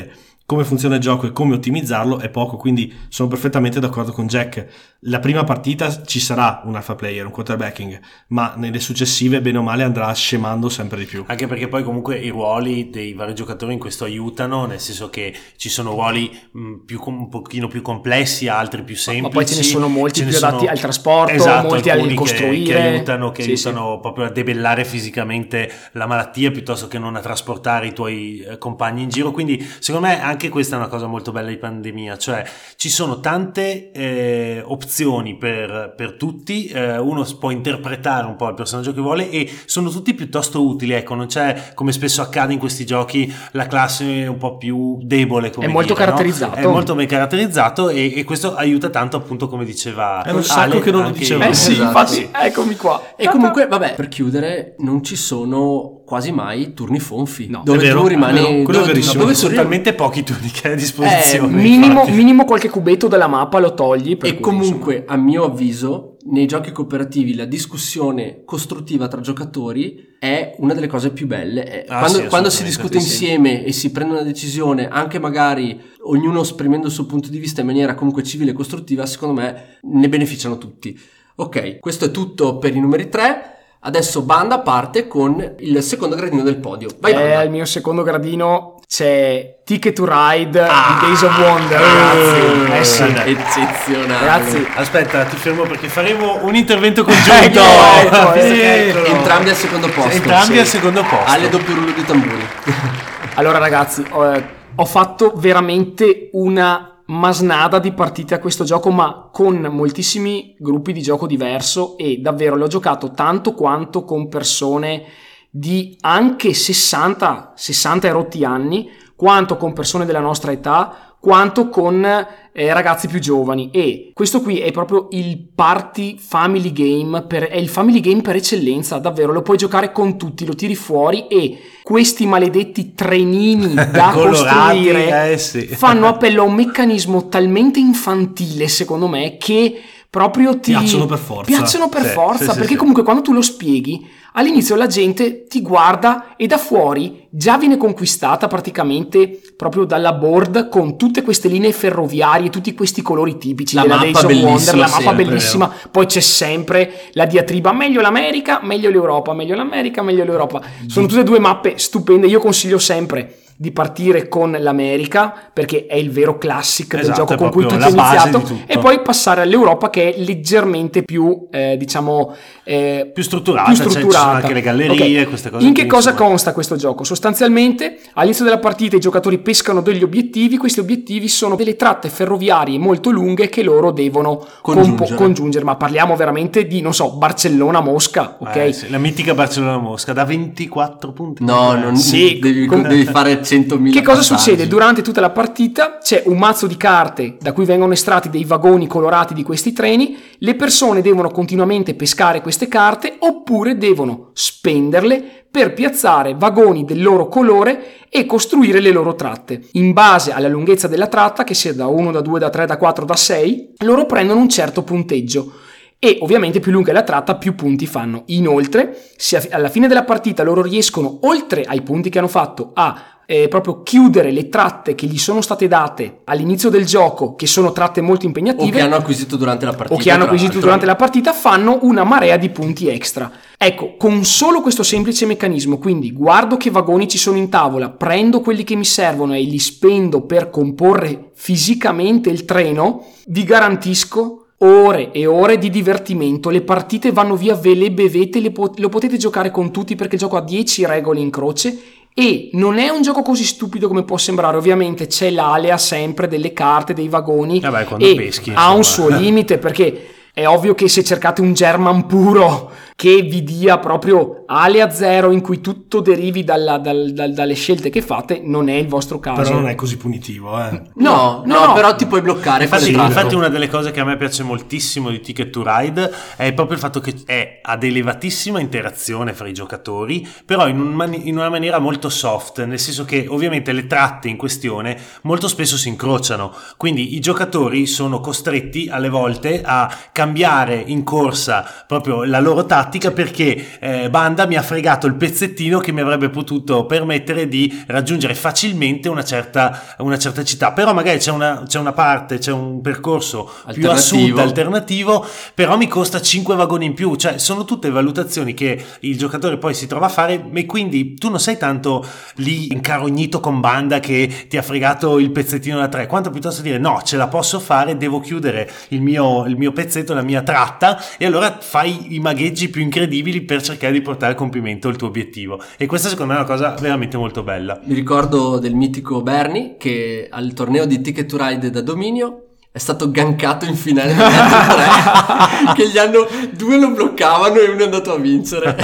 come funziona il gioco e come ottimizzarlo è poco, quindi sono perfettamente d'accordo con Jack. La prima partita ci sarà un alpha player, un quarterbacking, ma nelle successive bene o male andrà scemando sempre di più. Anche perché poi comunque i ruoli dei vari giocatori in questo aiutano, nel senso che ci sono ruoli mh, più, un pochino più complessi, altri più semplici. Ma poi ce ne sono molti ce più sono... adatti al trasporto, esatto, molti al costruire. Che, che aiutano, che sì, aiutano sì. proprio a debellare fisicamente la malattia piuttosto che non a trasportare i tuoi eh, compagni in giro. Quindi secondo me anche questa è una cosa molto bella di pandemia, cioè ci sono tante eh, opzioni per, per tutti, eh, uno può interpretare un po' il personaggio che vuole e sono tutti piuttosto utili, ecco, non c'è, come spesso accade in questi giochi, la classe un po' più debole, come è molto dire, caratterizzato, no? È molto ben caratterizzato e, e questo aiuta tanto, appunto, come diceva è un sacco che non lo anche... dicevo. Eh sì, Esatto. infatti, eccomi qua. E comunque, vabbè, per chiudere, non ci sono quasi mai turni fonfi. No, dove è vero, tu rimani. è vero, quello dove è tu- verissimo. dove sono tu talmente pochi turni che hai a Eh, disposizione. minimo, infatti. minimo qualche cubetto della mappa lo togli. Per E cui, comunque, a mio avviso, nei giochi cooperativi la discussione costruttiva tra giocatori è una delle cose più belle. È Ah, quando, sì, quando si assolutamente, discute sì, sì. insieme e si prende una decisione, anche magari ognuno esprimendo il suo punto di vista in maniera comunque civile e costruttiva, secondo me ne beneficiano tutti. Ok, questo è tutto per i numeri tre. Adesso Banda parte con il secondo gradino del podio. Vai, Eh, Banda. al mio secondo gradino c'è Ticket to Ride Ah, di Days of Wonder. Ragazzi, eh sì. eccezionale. Ragazzi, Aspetta, ti fermo perché faremo un intervento congiunto. Ecco, ecco, Sì, ecco. Entrambi al secondo posto. Entrambi Sì. al secondo posto. Alle doppio rullo di tamburi. allora ragazzi, ho, ho fatto veramente una masnada di partite a questo gioco, ma con moltissimi gruppi di gioco diverso, e davvero l'ho giocato tanto quanto con persone di anche sessanta sessanta e rotti anni, quanto con persone della nostra età, quanto con eh, ragazzi più giovani. E questo qui è proprio il party family game, per, è il family game per eccellenza, davvero lo puoi giocare con tutti, lo tiri fuori e questi maledetti trenini da Colorati, costruire eh, sì. fanno appello a un meccanismo talmente infantile, secondo me, che proprio ti Piacciono per forza. piacciono per Sì, forza, sì, sì, perché sì. comunque quando tu lo spieghi, all'inizio la gente ti guarda e da fuori già viene conquistata praticamente proprio dalla board, con tutte queste linee ferroviarie, tutti questi colori tipici La della mappa Days of Wonder, bellissima la mappa sempre, bellissima. Poi c'è sempre la diatriba: meglio l'America, meglio l'Europa, meglio l'America, meglio l'Europa. Sono tutte e due mappe stupende. Io consiglio sempre di partire con l'America, perché è il vero classic del Esatto, gioco è con cui proprio tutto è la base iniziato, di tutto. e poi passare all'Europa, che è leggermente più eh, diciamo eh, Più strutturata, più cioè, ci strutturata. sono anche le gallerie, Ok. queste cose In qui, che cosa insomma. consta questo gioco? Sostanzialmente all'inizio della partita i giocatori pescano degli obiettivi. Questi obiettivi sono delle tratte ferroviarie molto lunghe che loro devono Congiungere. compo- congiungere, ma parliamo veramente di, non so, Barcellona-Mosca, ok? Eh, sì, la mitica Barcellona-Mosca da ventiquattro punti. No, non Sì, devi, com- devi fare centomila Che cosa passaggi. succede? Durante tutta la partita c'è un mazzo di carte da cui vengono estratti dei vagoni colorati di questi treni. Le persone devono continuamente pescare queste carte, oppure devono spenderle per piazzare vagoni del loro colore e costruire le loro tratte. In base alla lunghezza della tratta, che sia da uno, da due, da tre, da quattro, da sei, loro prendono un certo punteggio. E ovviamente più lunga è la tratta, più punti fanno. Inoltre, se alla fine della partita loro riescono, oltre ai punti che hanno fatto, a eh, proprio chiudere le tratte che gli sono state date all'inizio del gioco, che sono tratte molto O impegnative, che hanno acquisito durante la partita. o che hanno tra acquisito l'altro. durante la partita, fanno una marea di punti extra. Ecco, con solo questo semplice meccanismo, quindi guardo che vagoni ci sono in tavola, prendo quelli che mi servono e li spendo per comporre fisicamente il treno, vi garantisco ore e ore di divertimento. Le partite vanno via, ve le bevete, le po- lo potete giocare con tutti, perché il gioco ha dieci regole in croce e non è un gioco così stupido come può sembrare. Ovviamente c'è l'alea sempre delle carte, dei vagoni, Vabbè, quando e peschi, ha un insomma. suo limite, perché è ovvio che se cercate un German puro che vi dia proprio alea zero, in cui tutto derivi dalla- dal- dal- dalle scelte che fate, non è il vostro caso. Però non è così punitivo, eh. No, no, no, no. però ti puoi bloccare. Infatti, con le tratte. infatti una delle cose che a me piace moltissimo di Ticket to Ride è proprio il fatto che è ad elevatissima interazione fra i giocatori, però in, un mani- in una maniera molto soft, nel senso che ovviamente le tratte in questione molto spesso si incrociano, quindi i giocatori sono costretti alle volte a cambiare in corsa proprio la loro tratta tattica perché eh, Banda mi ha fregato il pezzettino che mi avrebbe potuto permettere di raggiungere facilmente una certa, una certa città, però magari c'è una, c'è una parte, c'è un percorso più a sud alternativo, però mi costa cinque vagoni in più, cioè sono tutte valutazioni che il giocatore poi si trova a fare, e quindi tu non sei tanto lì incarognito con Banda che ti ha fregato il pezzettino da tre, quanto piuttosto dire no, ce la posso fare, devo chiudere il mio, il mio pezzetto, la mia tratta, e allora fai i magheggi più incredibili per cercare di portare a compimento il tuo obiettivo, e questa secondo me è una cosa veramente molto bella. Mi ricordo del mitico Bernie che al torneo di Ticket to Ride da dominio è stato gankato in finale tre che gli hanno due lo bloccavano e uno è andato a vincere.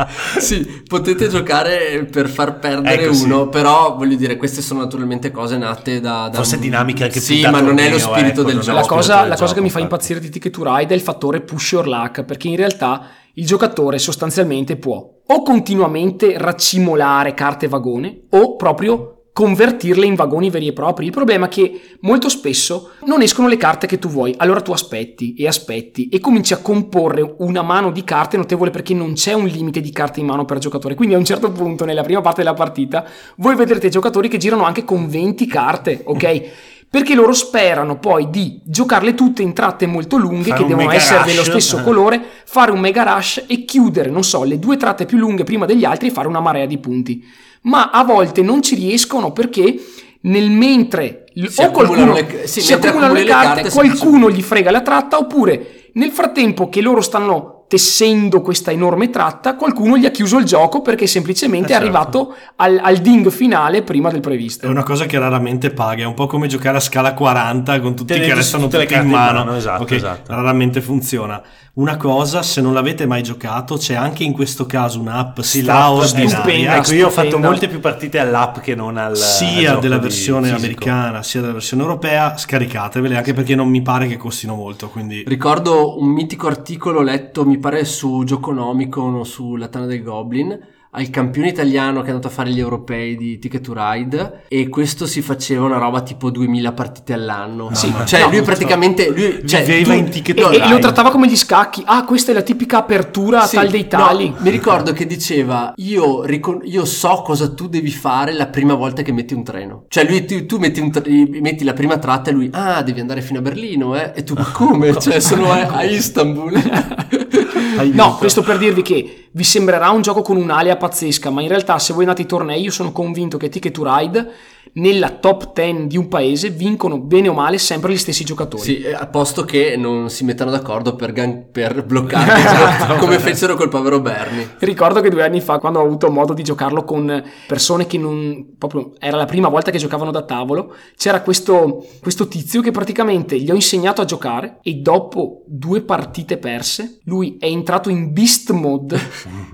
Sì, potete giocare per far perdere ecco, uno, sì. Però voglio dire, queste sono naturalmente cose nate da, da forse un... dinamiche anche sì, più da ma non è lo torneo, spirito ecco, del gioco. La cosa, la cosa gioco, che mi fa infatti. impazzire di Ticket to Ride è il fattore push your luck, perché in realtà il giocatore sostanzialmente può o continuamente raccimolare carte vagone o proprio convertirle in vagoni veri e propri. Il problema è che molto spesso non escono le carte che tu vuoi, allora tu aspetti e aspetti e cominci a comporre una mano di carte notevole, perché non c'è un limite di carte in mano per giocatore, quindi a un certo punto nella prima parte della partita voi vedrete giocatori che girano anche con venti carte, ok? Perché loro sperano poi di giocarle tutte in tratte molto lunghe, fare che devono essere rush. dello stesso colore, fare un mega rush e chiudere, non so, le due tratte più lunghe prima degli altri e fare una marea di punti. Ma a volte non ci riescono perché nel mentre si o qualcuno le, sì, si accumulano le carte, carte, qualcuno gli frega la tratta, oppure nel frattempo che loro stanno tessendo questa enorme tratta, qualcuno gli ha chiuso il gioco perché semplicemente eh è certo. arrivato al, al ding finale prima del previsto. È una cosa che raramente paga, è un po' come giocare a scala quaranta con tutti Tenete che restano tutte le tutti in carte in mano, mano, esatto, okay? esatto. Raramente funziona. Una cosa, se non l'avete mai giocato, c'è anche in questo caso un'app Sì, l'app straordinaria. stupenda. ecco, io ho fatto stupenda. molte più partite all'app che non al sia al gioco della di versione fisico. americana sia della versione europea, scaricatevele, anche perché non mi pare che costino molto, quindi Ricordo un mitico articolo letto, mi pare su Gioconomicon o su La Tana del Goblin, al campione italiano che è andato a fare gli europei di Ticket to Ride, e questo si faceva una roba tipo duemila partite all'anno. Sì, cioè no, lui praticamente lui, cioè, viveva tu- in Ticket E, to e Ride. lo trattava come gli scacchi. Ah, questa è la tipica apertura a Sì, tal dei no, tali. mi ricordo che diceva io, ricon- io so cosa tu devi fare la prima volta che metti un treno, cioè lui tu, tu metti, un tra- metti la prima tratta e lui ah devi andare fino a Berlino eh? E tu ma come? Cioè sono a, a Istanbul. No, questo per dirvi che vi sembrerà un gioco con un'alea pazzesca, ma in realtà se voi andate ai tornei io sono convinto che Ticket to Ride nella top dieci di un paese vincono bene o male sempre gli stessi giocatori. Sì, a posto che non si mettano d'accordo per, gan- per bloccare cioè, come fecero col povero Bernie. Ricordo che due anni fa, quando ho avuto modo di giocarlo con persone che non proprio era la prima volta che giocavano da tavolo, c'era questo, questo tizio che praticamente gli ho insegnato a giocare e dopo due partite perse lui è entrato in beast mode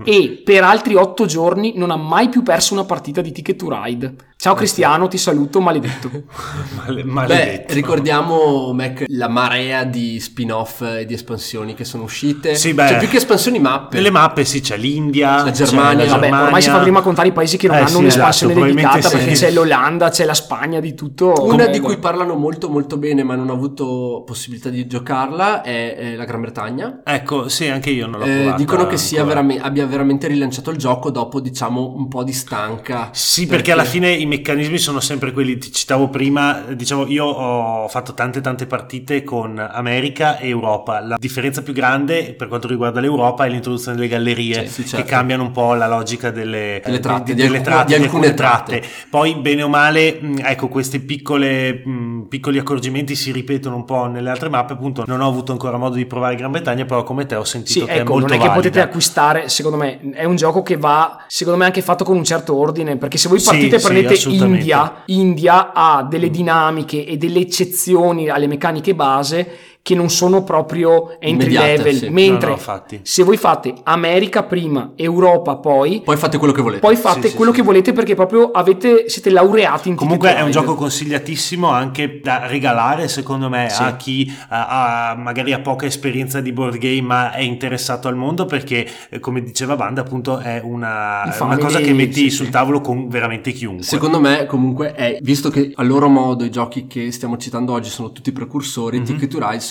e per altri otto giorni non ha mai più perso una partita di Ticket to Ride. Ciao Cristiano, ti saluto, maledetto. Male- Beh, maledetto. ricordiamo Mac, la marea di spin-off e di espansioni che sono uscite. Sì, beh. Cioè più che espansioni, mappe. Nelle mappe sì, c'è l'India, La Germania. c'è la Vabbè, Germania. ormai si fa prima contare i paesi che non Eh, hanno sì, un'espansione esatto, dedicata, probabilmente perché sì. c'è l'Olanda, c'è la Spagna, di tutto. Una Come- di cui parlano molto molto bene ma non ho avuto possibilità di giocarla è, è la Gran Bretagna. Ecco, sì, anche io non l'ho Eh, provata dicono che sia ancora. verame- abbia veramente rilanciato il gioco dopo diciamo un po' di stanca. Sì, perché alla fine i meccanismi sono sempre quelli, ti citavo prima, diciamo io ho fatto tante tante partite con America e Europa. La differenza più grande per quanto riguarda l'Europa è l'introduzione delle gallerie, Sì, sì, certo. che cambiano un po' la logica delle, Delle tratte, di, di delle alcune- tratte, di di alcune alcune tratte. tratte. Poi bene o male, mh, ecco, questi piccole, mh, piccoli accorgimenti si ripetono un po' nelle altre mappe. Appunto non ho avuto ancora modo di provare Gran Bretagna, però come te ho sentito Sì, che è ecco, molto non è che valida. potete acquistare, secondo me, è un gioco che va, secondo me, anche fatto con un certo ordine, perché se voi Sì, partite e sì, prendete assolutamente. India, India ha delle dinamiche e delle eccezioni alle meccaniche base che non sono proprio entry Immediate, level, sì. mentre No, no, infatti. se voi fate America prima, Europa poi, Poi fate quello che volete. poi fate Sì, sì, quello sì. che volete, perché proprio avete, siete laureati in Comunque Ticket è un to Ride. gioco consigliatissimo anche da regalare, secondo me, Sì. a chi ha, ha- magari ha poca esperienza di board game ma è interessato al mondo, perché eh, come diceva Banda appunto è una, I è una cosa family, che metti sì, sul sì. tavolo con veramente chiunque. Secondo me comunque è, visto che a loro modo i giochi che stiamo citando oggi sono tutti precursori, Mhm. Ticket to Ride secondo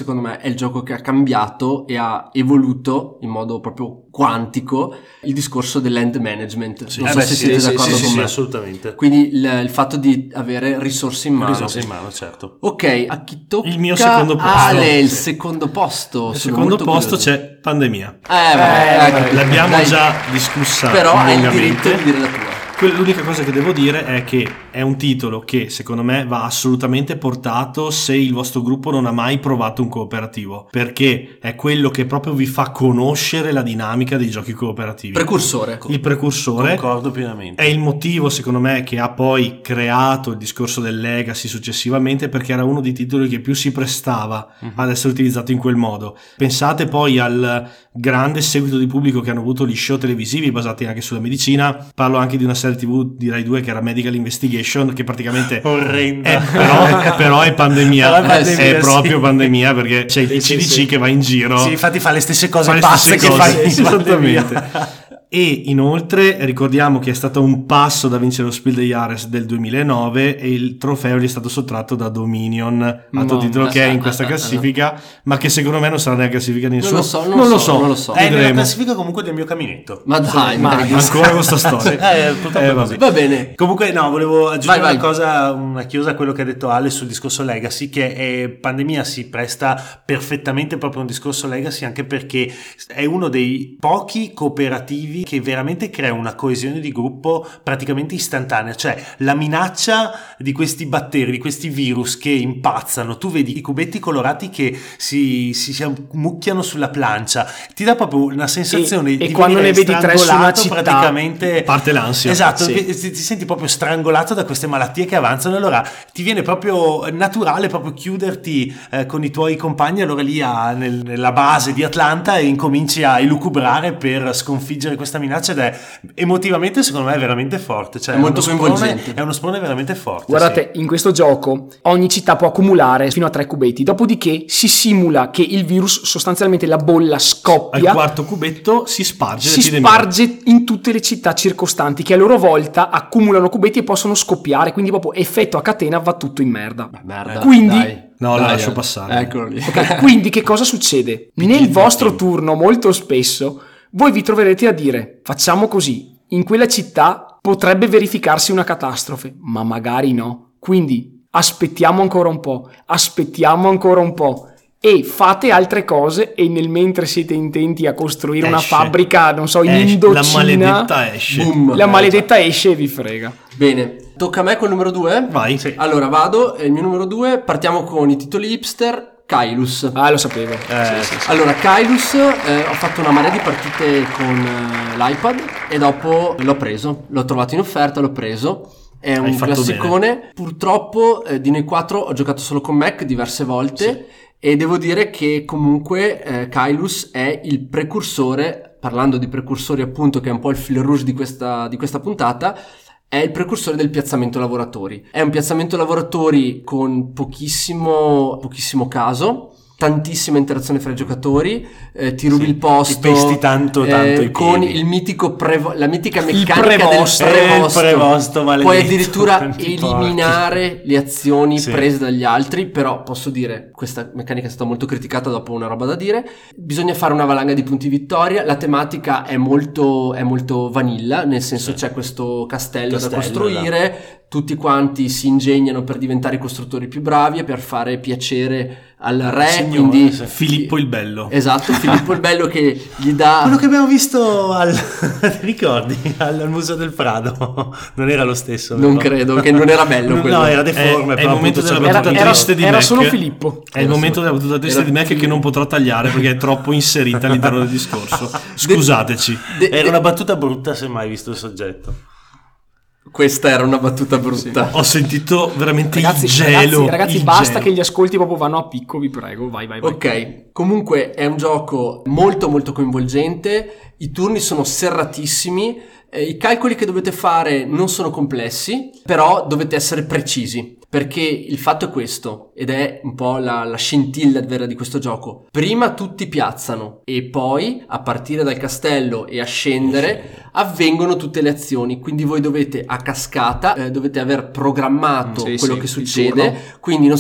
secondo me è il gioco che ha cambiato e ha evoluto in modo proprio quantico il discorso dell'end management. Sì. Non Eh so beh, se sì, siete sì, d'accordo sì, con sì, me. assolutamente. Quindi il, il fatto di avere risorse in mano. Risorse in mano, certo. Ok, a chi tocca? Il mio secondo posto. Ale, il Sì. secondo posto. Al Sono secondo molto posto curioso. c'è Pandemia. Eh, beh, ecco, L'abbiamo dai. già discussa Però hai il lungamente. diritto di dire la tua. Que- L'unica cosa che devo dire è che è un titolo che secondo me va assolutamente portato se il vostro gruppo non ha mai provato un cooperativo, perché è quello che proprio vi fa conoscere la dinamica dei giochi cooperativi. Precursore. Il precursore Concordo pienamente. è il motivo secondo me che ha poi creato il discorso del legacy successivamente, perché era uno dei titoli che più si prestava Mhm. ad essere utilizzato in quel modo. Pensate poi al grande seguito di pubblico che hanno avuto gli show televisivi basati anche sulla medicina. Parlo anche di una serie tv di Rai due che era Medical Investigation, che praticamente Orrenda. è, però, però è pandemia, Però è pandemia, è sì. proprio pandemia, perché c'è il Sì, C D C sì. che va in giro. Sì, infatti fa le stesse cose Fa le pazze stesse che cose, fa in esattamente. pandemia. E inoltre ricordiamo che è stato un passo da vincere lo Spiel des Jahres del duemilanove e il trofeo gli è stato sottratto da Dominion, altro Mamma titolo che è in questa ah, ah, ah, classifica, ma che secondo me non sarà nella classifica di Non nessuno. lo so, non lo so, non lo so. È nella Vedremo. classifica comunque del mio caminetto. Ma dai, ma- dai. Ancora questa storia. Eh, purtroppo Eh, è vabbè. così. Va bene. Comunque no, volevo aggiungere Vai, una vai. cosa, una chiosa a quello che ha detto Ale sul discorso legacy, che è, Pandemia si presta perfettamente proprio a un discorso legacy, anche perché è uno dei pochi cooperativi che veramente crea una coesione di gruppo praticamente istantanea, cioè la minaccia di questi batteri, di questi virus che impazzano, tu vedi i cubetti colorati che si, si, si ammucchiano sulla plancia, ti dà proprio una sensazione E- di e quando venire ne vedi tre su una strangolato città, praticamente. parte l'ansia. Esatto, Sì. che ti, ti senti proprio strangolato da queste malattie che avanzano, allora ti viene proprio naturale proprio chiuderti eh, con i tuoi compagni allora lì a, nel- nella base di Atlanta e incominci a elucubrare per sconfiggere questa minaccia, ed è emotivamente secondo me è veramente forte, cioè È molto uno sprone- coinvolgente. è uno sprone veramente forte. Guardate, in questo gioco ogni città può accumulare fino a tre cubetti, dopodiché si simula che il virus, sostanzialmente la bolla Al scoppia, quarto cubetto si sparge si l'epidemia. sparge in tutte le città circostanti, che a loro volta accumulano cubetti e possono scoppiare, quindi proprio effetto a catena, va tutto in merda. Merda. Quindi- dai. No, lo Dai, lascio eh. passare. Eccolo lì. Ok, quindi che cosa succede? Nel vostro turno, molto spesso, voi vi troverete a dire: facciamo così, in quella città potrebbe verificarsi una catastrofe, ma magari no. Quindi aspettiamo ancora un po', aspettiamo ancora un po'. E fate altre cose, e nel mentre siete intenti a costruire una Esce. fabbrica, non so, in Esce, Indocina, la maledetta esce. Boom. la maledetta esce e vi frega. Bene, tocca a me col numero due? Vai. Sì. Allora vado, il mio numero due, partiamo con i titoli hipster. Kailus. Ah, lo sapevo. Eh, sì, sì. Allora, Kailus, eh, ho fatto una marea di partite con eh, l'iPad e dopo l'ho preso, l'ho trovato in offerta, l'ho preso. È un fatto classicone. Purtroppo eh, di noi quattro ho giocato solo con Mac diverse volte e devo dire che comunque eh, Kailus è il precursore, parlando di precursori appunto, che è un po' il fil rouge di questa, di questa puntata, è il precursore del piazzamento lavoratori. È un piazzamento lavoratori con pochissimo, pochissimo caso, tantissima interazione fra i giocatori, eh, ti rubi Sì, il posto, ti pesti tanto, tanto i con piedi. il mitico prevo- la mitica Il meccanica prevosto. del Eh, il prevosto. prevosto maledetto, Puoi addirittura quanti eliminare le azioni Sì. prese dagli altri, però posso dire, questa meccanica è stata molto criticata, dopo una roba da dire. Bisogna fare una valanga di punti vittoria, la tematica è molto, è molto vanilla, nel senso c'è questo castello, Castello, da costruire, tutti quanti si ingegnano per diventare i costruttori più bravi e per fare piacere al re, Signore, quindi sì. Filippo il Bello. esatto, Filippo il Bello che gli dà Quello che abbiamo visto al ti ricordi al, al Museo del Prado non era lo stesso, non vero? credo, che non era bello No, quello. no, era È, deforme, è però il momento appunto della c'è Era, battuta era- triste di era Mac. solo Filippo. È il momento della battuta triste Era di Mac che Filippo. non potrò tagliare perché è troppo inserita all'interno del discorso. Scusateci. De- era de- una battuta brutta se mai visto il soggetto. Questa era una battuta brutta. Ho sentito veramente Ragazzi, il gelo. ragazzi, ragazzi il basta gelo. che gli ascolti proprio vanno a picco, vi prego. Vai, vai, vai. Ok, comunque è un gioco molto molto coinvolgente, i turni sono serratissimi, eh, i calcoli che dovete fare non sono complessi, però dovete essere precisi, perché il fatto è questo, ed è un po' la, la scintilla vera di questo gioco. Prima tutti piazzano e poi, a partire dal castello e a scendere, avvengono tutte le azioni, quindi voi dovete a cascata, eh, dovete aver programmato Sì, quello sì, che il succede, turno. quindi non so,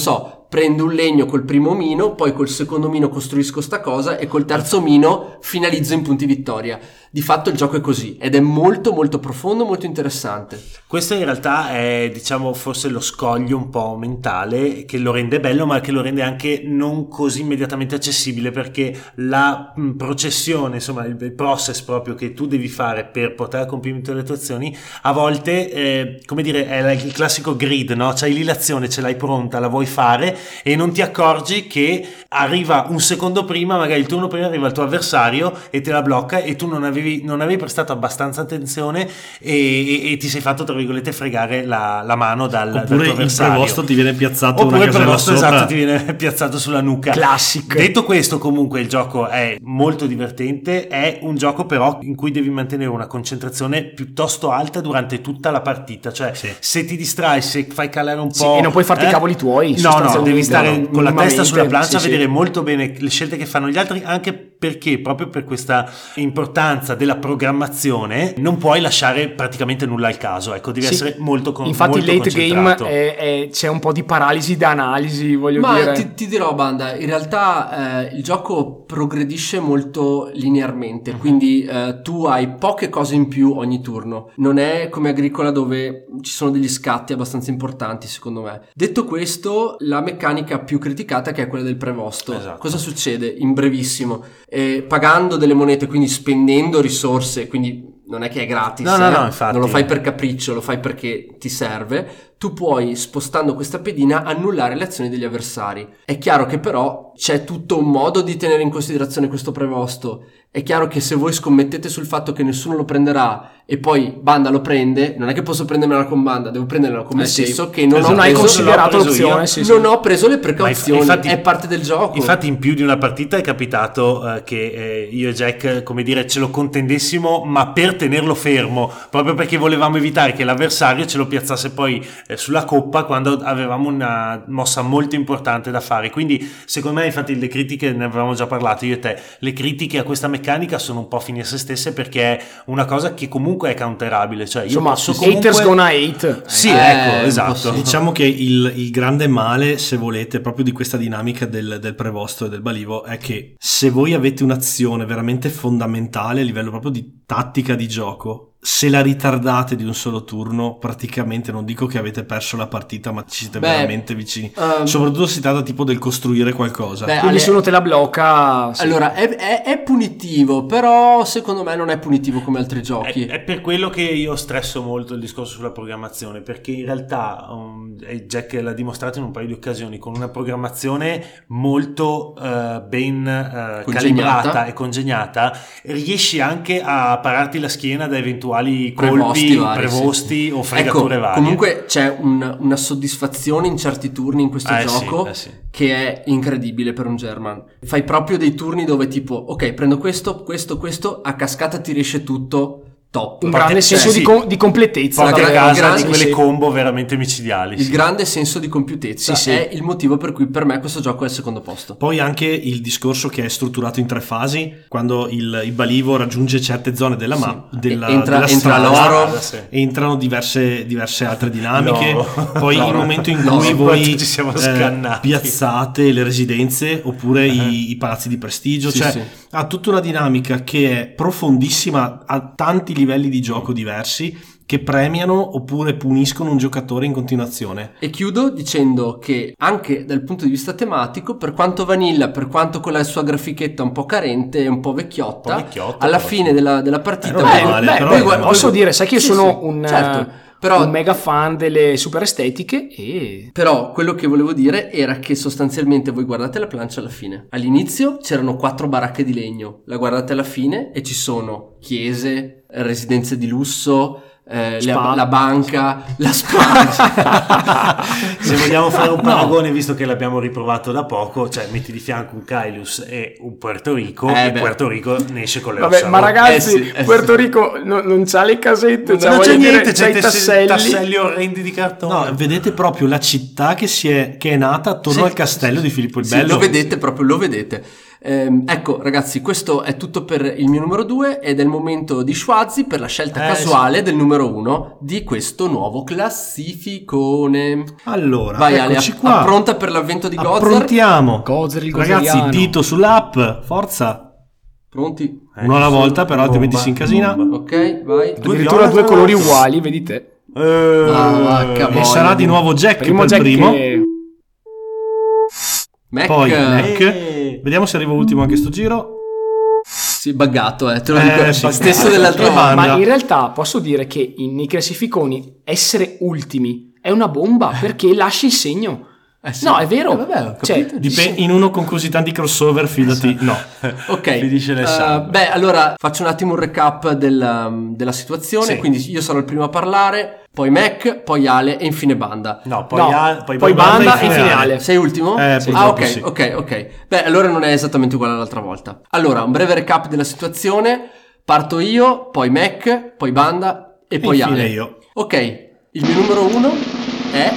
prendo un legno col primo mino, poi col secondo mino costruisco sta cosa e col terzo mino finalizzo in punti vittoria. Di fatto il gioco è così ed è molto molto profondo, molto interessante. Questo in realtà è, diciamo, forse lo scoglio un po' mentale che lo rende bello, ma che lo rende anche non così immediatamente accessibile, perché la mh, processione, insomma il, il process proprio che tu devi fare per portare a compimento le tue azioni, a volte eh, come dire è il classico grid, no? C'hai lì l'azione, ce l'hai pronta, la vuoi fare e non ti accorgi che arriva un secondo prima, magari il turno prima arriva il tuo avversario e te la blocca e tu non avevi non avevi prestato abbastanza attenzione e, e, e ti sei fatto, tra virgolette, fregare la, la mano dal, dal tuo avversario. Oppure il prevosto ti viene piazzato oppure una il prevosto sopra. esatto ti viene piazzato sulla nuca. Classic. Detto questo, comunque il gioco è molto divertente, è un gioco però in cui devi mantenere una concentrazione piuttosto alta durante tutta la partita, cioè sì. se ti distrai, se fai calare un po' sì, e non puoi farti eh? i cavoli tuoi, no no devi stare no, con la testa sulla plancia sì, a vedere sì. molto bene le scelte che fanno gli altri, anche perché proprio per questa importanza della programmazione non puoi lasciare praticamente nulla al caso, ecco, devi sì. essere molto con, infatti molto il late game concentrato. è, è, c'è un po' di paralisi d'analisi, voglio Ma dire. ti, ti dirò, Banda, in realtà eh, il gioco progredisce molto linearmente, uh-huh. quindi eh, tu hai poche cose in più ogni turno, non è come Agricola dove ci sono degli scatti abbastanza importanti secondo me. Detto questo, la meccanica più criticata che è quella del prevosto. Esatto. Cosa succede? In brevissimo, eh, pagando delle monete, quindi spendendo risorse, quindi non è che è gratis, no, no, eh? no, infatti. Non lo fai per capriccio, lo fai perché ti serve. Tu puoi, spostando questa pedina, annullare le azioni degli avversari. È chiaro che però c'è tutto un modo di tenere in considerazione questo prevosto. È chiaro che se voi scommettete sul fatto che nessuno lo prenderà e poi Banda lo prende, non è che posso prendermela con Banda, devo prenderla con me eh stesso sì. che non, non ho hai preso, considerato non ho preso l'opzione sì, sì. non ho preso le precauzioni, infatti, è parte del gioco. Infatti in più di una partita è capitato eh, che eh, io e Jack, come dire, ce lo contendessimo, ma per tenerlo fermo, proprio perché volevamo evitare che l'avversario ce lo piazzasse poi eh, sulla coppa quando avevamo una mossa molto importante da fare. Quindi secondo me, infatti, le critiche, ne avevamo già parlato io e te, le critiche a questa meccanica sono un po' fini a se stesse, perché è una cosa che comunque è counterabile, cioè io insomma posso comunque... haters gonna hate sì, Eh, ecco, esatto. Diciamo che il, il grande male, se volete, proprio di questa dinamica del, del prevosto e del balivo è che se voi avete un'azione veramente fondamentale a livello proprio di tattica di gioco, se la ritardate di un solo turno, praticamente non dico che avete perso la partita, ma ci siete Beh, veramente vicini. um, Soprattutto si tratta tipo del costruire qualcosa. Beh, quindi Ale- se uno te la blocca sì. Allora è, è, è punitivo, però secondo me non è punitivo come altri giochi. È, è per quello che io stresso molto il discorso sulla programmazione, perché in realtà um, e Jack l'ha dimostrato in un paio di occasioni, con una programmazione molto uh, ben uh, calibrata e congegnata riesci anche a pararti la schiena da eventuali Prevosti colpi, vari, prevosti sì. o fregature ecco, varie. Comunque c'è un, una soddisfazione in certi turni in questo Eh, gioco sì, eh, sì. che è incredibile per un German. Fai proprio dei turni dove tipo ok, prendo questo, questo, questo, a cascata ti riesce tutto. Top. un grande Cioè, senso sì. di, com- di completezza Porti a gra- casa grande- di quelle sì. combo veramente micidiali. Il sì. grande senso di compiutezza Sì, sì. è il motivo per cui per me questo gioco è al secondo posto. Poi anche il discorso che è strutturato in tre fasi, quando il, il balivo raggiunge certe zone della mappa, Sì. della, Entra- della entra strada, l'oro. Sì. entrano diverse, diverse altre dinamiche. No. Poi No, il no. momento in No, cui su voi questo ci siamo eh, scannati. piazzate le residenze oppure i, i palazzi di prestigio, Sì, cioè sì. ha tutta una dinamica che è profondissima, a tanti livelli di gioco diversi, che premiano oppure puniscono un giocatore in continuazione. E chiudo dicendo che anche dal punto di vista tematico, per quanto vanilla, per quanto con la sua grafichetta un po' carente e un po' vecchiotta, Un po' vecchiotta, alla però. fine della, della partita... Eh, non è male, beh, però poi è guarda, bello. posso dire, sai che io Sì, sono sì, un, certo, eh, però- un mega fan delle super estetiche e Però quello che volevo dire era che sostanzialmente voi guardate la plancia alla fine. All'inizio c'erano quattro baracche di legno, la guardate alla fine e ci sono chiese, residenze di lusso, eh, Spa. la, la banca, la spa. Se vogliamo fare un paragone, visto che l'abbiamo riprovato da poco, cioè metti di fianco un Kailus e un Puerto Rico, Eh e beh. Puerto Rico ne esce con le vabbè, ossa ma rotte. ragazzi, Eh sì, eh Puerto sì. Rico no- non c'ha le casette, cioè, non voglio c'è dire, niente, c'ha c'è i tasselli. tasselli orrendi di cartone. No, vedete proprio la città che, si è, che è nata attorno Sì, al castello di Filippo il Sì, Bello. lo vedete proprio, lo vedete. Ehm, ecco ragazzi, questo è tutto per il mio numero due ed è il momento di Schwazzi per la scelta Eh, casuale sì. del numero uno di questo nuovo classificone. Allora, vai Ale, eccoci app- qua. appronta per l'avvento di Gozer. Approntiamo. Gozer il Ragazzi, gozeriano. dito sull'app, forza. Pronti? Uno alla volta, però altrimenti si incasina. Ok, vai. Addirittura due colori uguali, vedi te. Eh, Ah, vacca E voglia. sarà di nuovo Jack Primo per Jack primo. che- Mac. Poi Mac. Eh. Vediamo se arriva ultimo anche sto giro. Sì, buggato, eh, te lo Eh, dico. sì, stesso buggato. dell'altra Che volta. banda. Ma in realtà posso dire che in- nei classificoni essere ultimi è una bomba perché lasci il segno. Eh sì. No, è vero. Eh, vabbè, ho Cioè, capito. Dip- in uno con così tanti crossover, fidati, no. Ok, Finisce le eh, salve. beh, allora faccio un attimo un recap della, della situazione. Sì. Quindi io sarò il primo a parlare, poi Mac, poi Ale e infine Banda. No, poi, No, al- poi, poi banda banda e e finale. finale. Sei ultimo? Eh, Sì. purtroppo Ah, ok, sì. ok, ok. Beh, allora non è esattamente uguale all'altra volta. Allora, un breve recap della situazione. Parto io, poi Mac, poi Banda e poi infine Ale. io. Ok, il mio numero uno è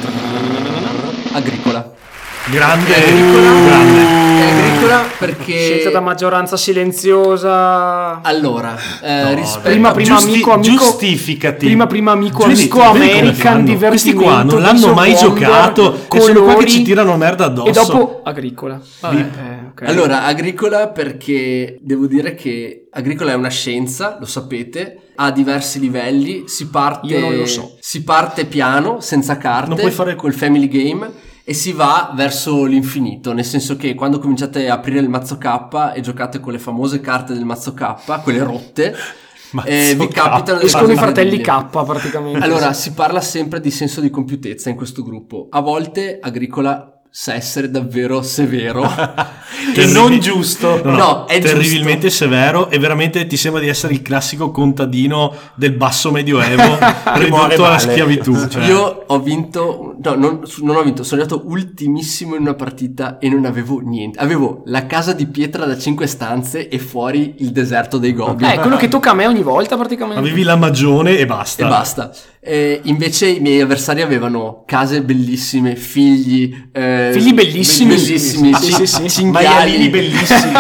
Agricola. Grande, Agricola. grande. È Agricola perché Scelta da maggioranza silenziosa. allora, eh, No, rispetto Prima, prima Giusti- amico, amico. giustificati. Prima, prima amico, Giusti- amico, vedi come American, fanno? divertimento. Questi qua non l'hanno Days of mai Wonder, giocato e sono qua che colori, ci tirano merda addosso. E dopo Agricola. Vabbè, eh, ok. Allora, Agricola perché devo dire che Agricola è una scienza, lo sapete, ha diversi livelli, si parte, Io non lo so. si parte piano, senza carte, Non puoi fare- col family game e si va verso l'infinito, nel senso che quando cominciate a aprire il mazzo K e giocate con le famose carte del mazzo K, quelle rotte, Mazzo eh, vi K. capitano delle Escono cose i fratelli incredibili. K praticamente. Allora, si parla sempre di senso di compiutezza in questo gruppo. A volte Agricola sa essere davvero severo. E non giusto. No, no, No, è terribilmente severo e veramente ti sembra di essere il classico contadino del basso medioevo muore ridotto alla male. schiavitù. Cioè. Io ho vinto, no, non, non ho vinto, sono arrivato ultimissimo in una partita e non avevo niente. Avevo la casa di pietra da cinque stanze e fuori il deserto dei goblin. Eh, quello che tocca a me ogni volta praticamente. Avevi la magione e basta. E basta. Eh, invece i miei avversari avevano case bellissime, figli, eh, Figli bellissimi. bellissimi, Sì, sì, sì. cinghiali, Maialini bellissimi.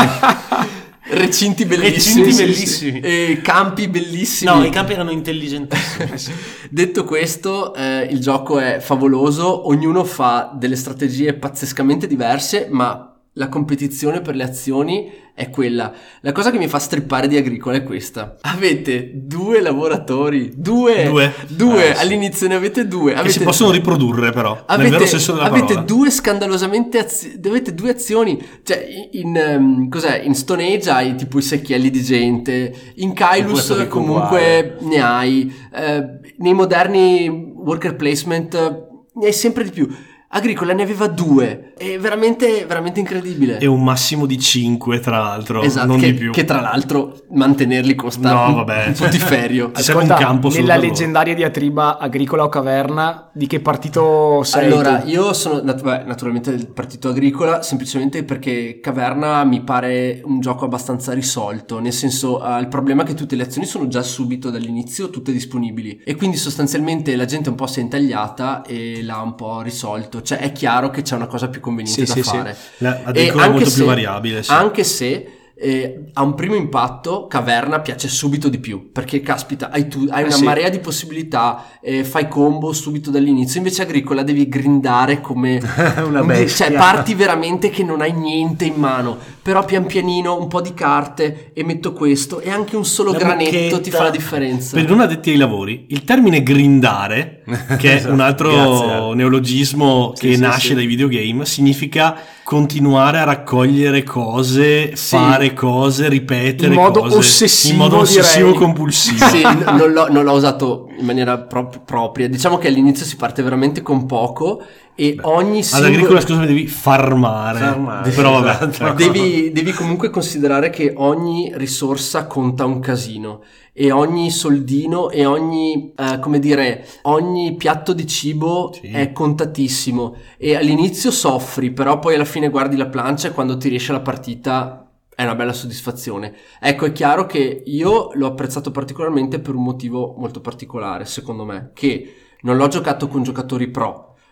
recinti bellissimi, Recinti sì, bellissimi. sì, e campi bellissimi. No, i campi erano intelligentissimi. Detto questo, eh, il gioco è favoloso, ognuno fa delle strategie pazzescamente diverse, ma la competizione per le azioni è quella. La cosa che mi fa strippare di Agricola è questa: avete due lavoratori, due, Due. due, Eh, sì. all'inizio ne avete due, Che avete, si possono riprodurre però, nel avete, vero senso della avete parola. due scandalosamente azi- avete due azioni, cioè in, ehm, cos'è? In Stone Age hai tipo i secchielli di gente, in Kylus Puerto Rico comunque ne hai, eh, nei moderni worker placement eh, ne hai sempre di più. Agricola ne aveva due, è veramente veramente incredibile. E un massimo di cinque tra l'altro, Esatto, non che, di più. che tra l'altro mantenerli costa No, un, vabbè, un cioè, putiferio. ti serve un Ascolta, campo solo nella per loro. leggendaria diatriba Agricola o Caverna, di che partito sei Allora, tu? io sono nat- beh, naturalmente del partito agricola, semplicemente perché Caverna mi pare un gioco abbastanza risolto, nel senso eh, il problema è che tutte le azioni sono già subito dall'inizio tutte disponibili e quindi sostanzialmente la gente un po' si è intagliata e l'ha un po' risolto, cioè è chiaro che c'è una cosa più conveniente Sì, da sì, sì. fare. La- E Agricola è anche molto se- più variabile, sì. Anche se eh, a un primo impatto Caverna piace subito di più, perché caspita hai, tu, hai Eh una sì. marea di possibilità, eh, fai combo subito dall'inizio. Invece Agricola devi grindare come Una bestia. cioè parti veramente che non hai niente in mano, però pian pianino un po' di carte e metto questo e anche un solo La granetto mucchetta. ti fa la differenza. Per non addetti ai lavori, il termine grindare, che è Esatto. un altro Grazie. neologismo Sì, che sì, nasce sì. dai videogame, significa continuare a raccogliere cose, Sì. fare cose, ripetere In modo cose ossessivo, in modo ossessivo direi. compulsivo. Sì, n- non, l'ho, non l'ho usato in maniera prop- propria. Diciamo che all'inizio si parte veramente con poco e ogni Ad singolo... agricola, scusami, devi farmare. Farmare, Però vabbè, esatto. ecco. Devi, devi comunque considerare che ogni risorsa conta un casino e ogni soldino e ogni, eh, come dire, ogni piatto di cibo Sì. è contatissimo e all'inizio soffri, però poi alla fine guardi la plancia e quando ti riesce la partita è una bella soddisfazione. Ecco, è chiaro che io l'ho apprezzato particolarmente per un motivo molto particolare, secondo me, che non l'ho giocato con giocatori pro.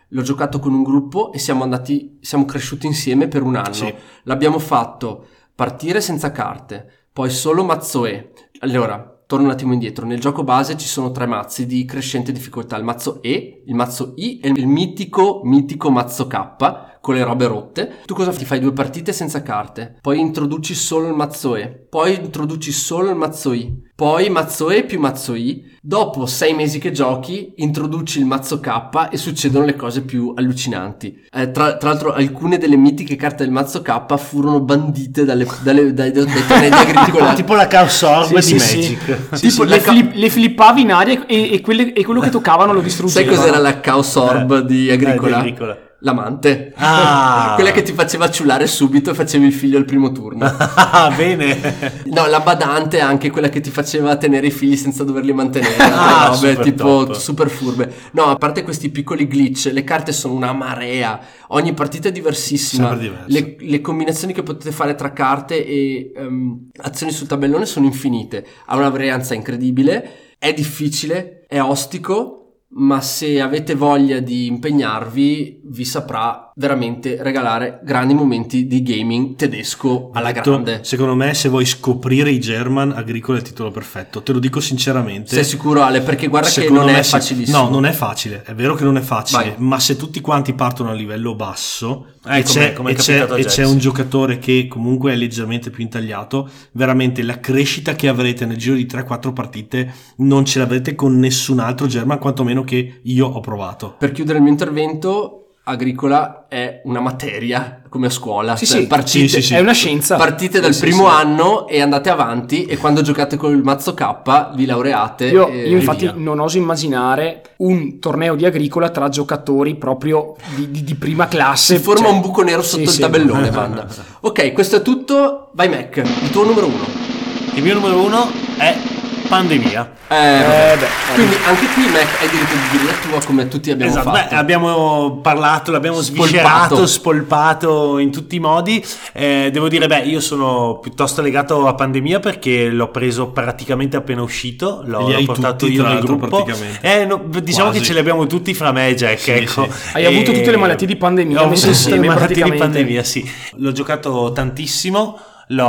l'ho giocato con un gruppo e siamo andati, siamo cresciuti insieme per un anno. Sì. L'abbiamo fatto partire senza carte, poi solo mazzo E. Allora, torno un attimo indietro. Nel gioco base ci sono tre mazzi di crescente difficoltà: il mazzo E, il mazzo I e il mitico, mitico mazzo K con le robe rotte. Tu cosa ti fai? Due partite senza carte, poi introduci solo il mazzo E, poi introduci solo il mazzo I, poi mazzo E più mazzo I. Dopo sei mesi che giochi introduci il mazzo K e succedono le cose più allucinanti. Eh, tra, tra l'altro alcune delle mitiche carte del mazzo K furono bandite dalle, dalle, dai, dai, dai tornei di agricola. Tipo la Chaos Orb Sì, di sì, Magic. Sì, sì, le, flip, le flippavi in aria e, e, quelle, e quello che toccavano lo distruggevano. Sai cos'era la Chaos Orb Eh, di agricola? eh, di Agricola. L'amante. Ah. Quella che ti faceva ciulare subito e facevi il figlio al primo turno. Ah, bene. No, la badante è anche quella che ti faceva tenere i figli senza doverli mantenere. Ah, robe super tipo top. super furbe. No, a parte questi piccoli glitch, le carte sono una marea. Ogni partita è diversissima. Sempre diverso. Le, le combinazioni che potete fare tra carte e um, azioni sul tabellone sono infinite. Ha una varianza incredibile. È difficile, è ostico. Ma se avete voglia di impegnarvi vi saprà veramente regalare grandi momenti di gaming tedesco alla Detto, grande. secondo me, se vuoi scoprire i German, Agricola è il titolo perfetto, te lo dico sinceramente. Sei sicuro, Ale? Perché guarda che Secondo non me è sì. facilissimo. No, non è facile, è vero che non è facile, Vai. ma se tutti quanti partono a livello basso Eh, e, come- c'è, come è e, c'è, capitato a e Jax. c'è un giocatore che comunque è leggermente più intagliato, veramente la crescita che avrete nel giro di tre quattro partite non ce l'avrete con nessun altro German, quantomeno che io ho provato. Per chiudere il mio intervento, Agricola è una materia come a scuola. Sì, Cioè, sì, partite, sì, sì, sì. È una scienza. partite dal Sì, primo sì. anno e andate avanti, e quando giocate col mazzo K vi laureate. Io, e io infatti via. non oso immaginare un torneo di agricola tra giocatori proprio di, di- di prima classe. Si forma Cioè, un buco nero sotto sì, il sì. tabellone, banda. Ok, questo è tutto. Vai Mac, il tuo numero uno. Il mio numero uno è Pandemia. Eh, Eh, beh, quindi anche qui Mac hai diritto di dire la tua, come tutti abbiamo Esatto, fatto. beh, abbiamo parlato, l'abbiamo Spolpato. sviscerato, spolpato in tutti i modi. Eh, devo dire, beh, io sono piuttosto legato a Pandemia perché l'ho preso praticamente appena uscito, l'ho, Li l'ho hai portato tutti, io tra nel l'altro, gruppo. praticamente. Eh, no, diciamo Quasi. che ce li abbiamo tutti fra me e Jack, Sì, ecco. sì. Hai avuto tutte le malattie di pandemia Ho messe avuto tutte le insieme, malattie di praticamente. pandemia, sì. L'ho giocato tantissimo.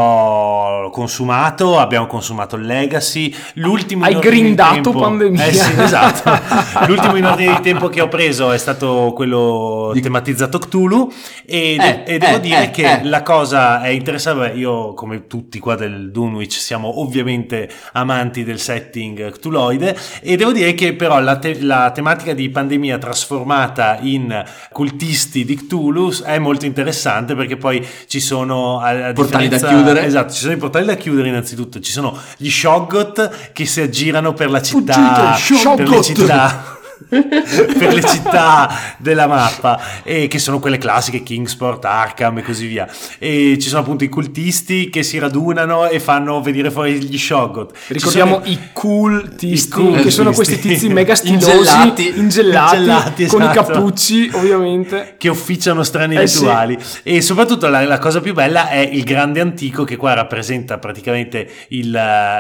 L'ho consumato, abbiamo consumato il Legacy. L'ultimo Hai in ordine di grindato tempo- Pandemia. Eh sì, esatto. L'ultimo in ordine di tempo che ho preso è stato quello Di- tematizzato Cthulhu. E, Eh, e devo eh, dire eh, che eh. la cosa è interessante. Beh, io, come tutti qua del Dunwich, siamo ovviamente amanti del setting cthulhoide. E devo dire che, però, la, te- la tematica di Pandemia trasformata in cultisti di Cthulhu è molto interessante, perché poi ci sono a, a Portali da differenza- chiudere. Esatto, ci sono i portali da chiudere innanzitutto, ci sono gli Shoggoth che si aggirano per la città, Fuggite, per le Shoggoth! città per le città della mappa, e che sono quelle classiche, Kingsport, Arkham e così via. E ci sono appunto i cultisti che si radunano e fanno venire fuori gli Shoggoth. Ci Ricordiamo sono- i cultisti, I cultisti. che sono questi tizi mega stilosi, Ingellati. ingellati, Ingellati, con i esatto. cappucci, ovviamente. che ufficiano strani Eh, sì. rituali. E soprattutto la, la cosa più bella è il grande antico, che qua rappresenta praticamente il,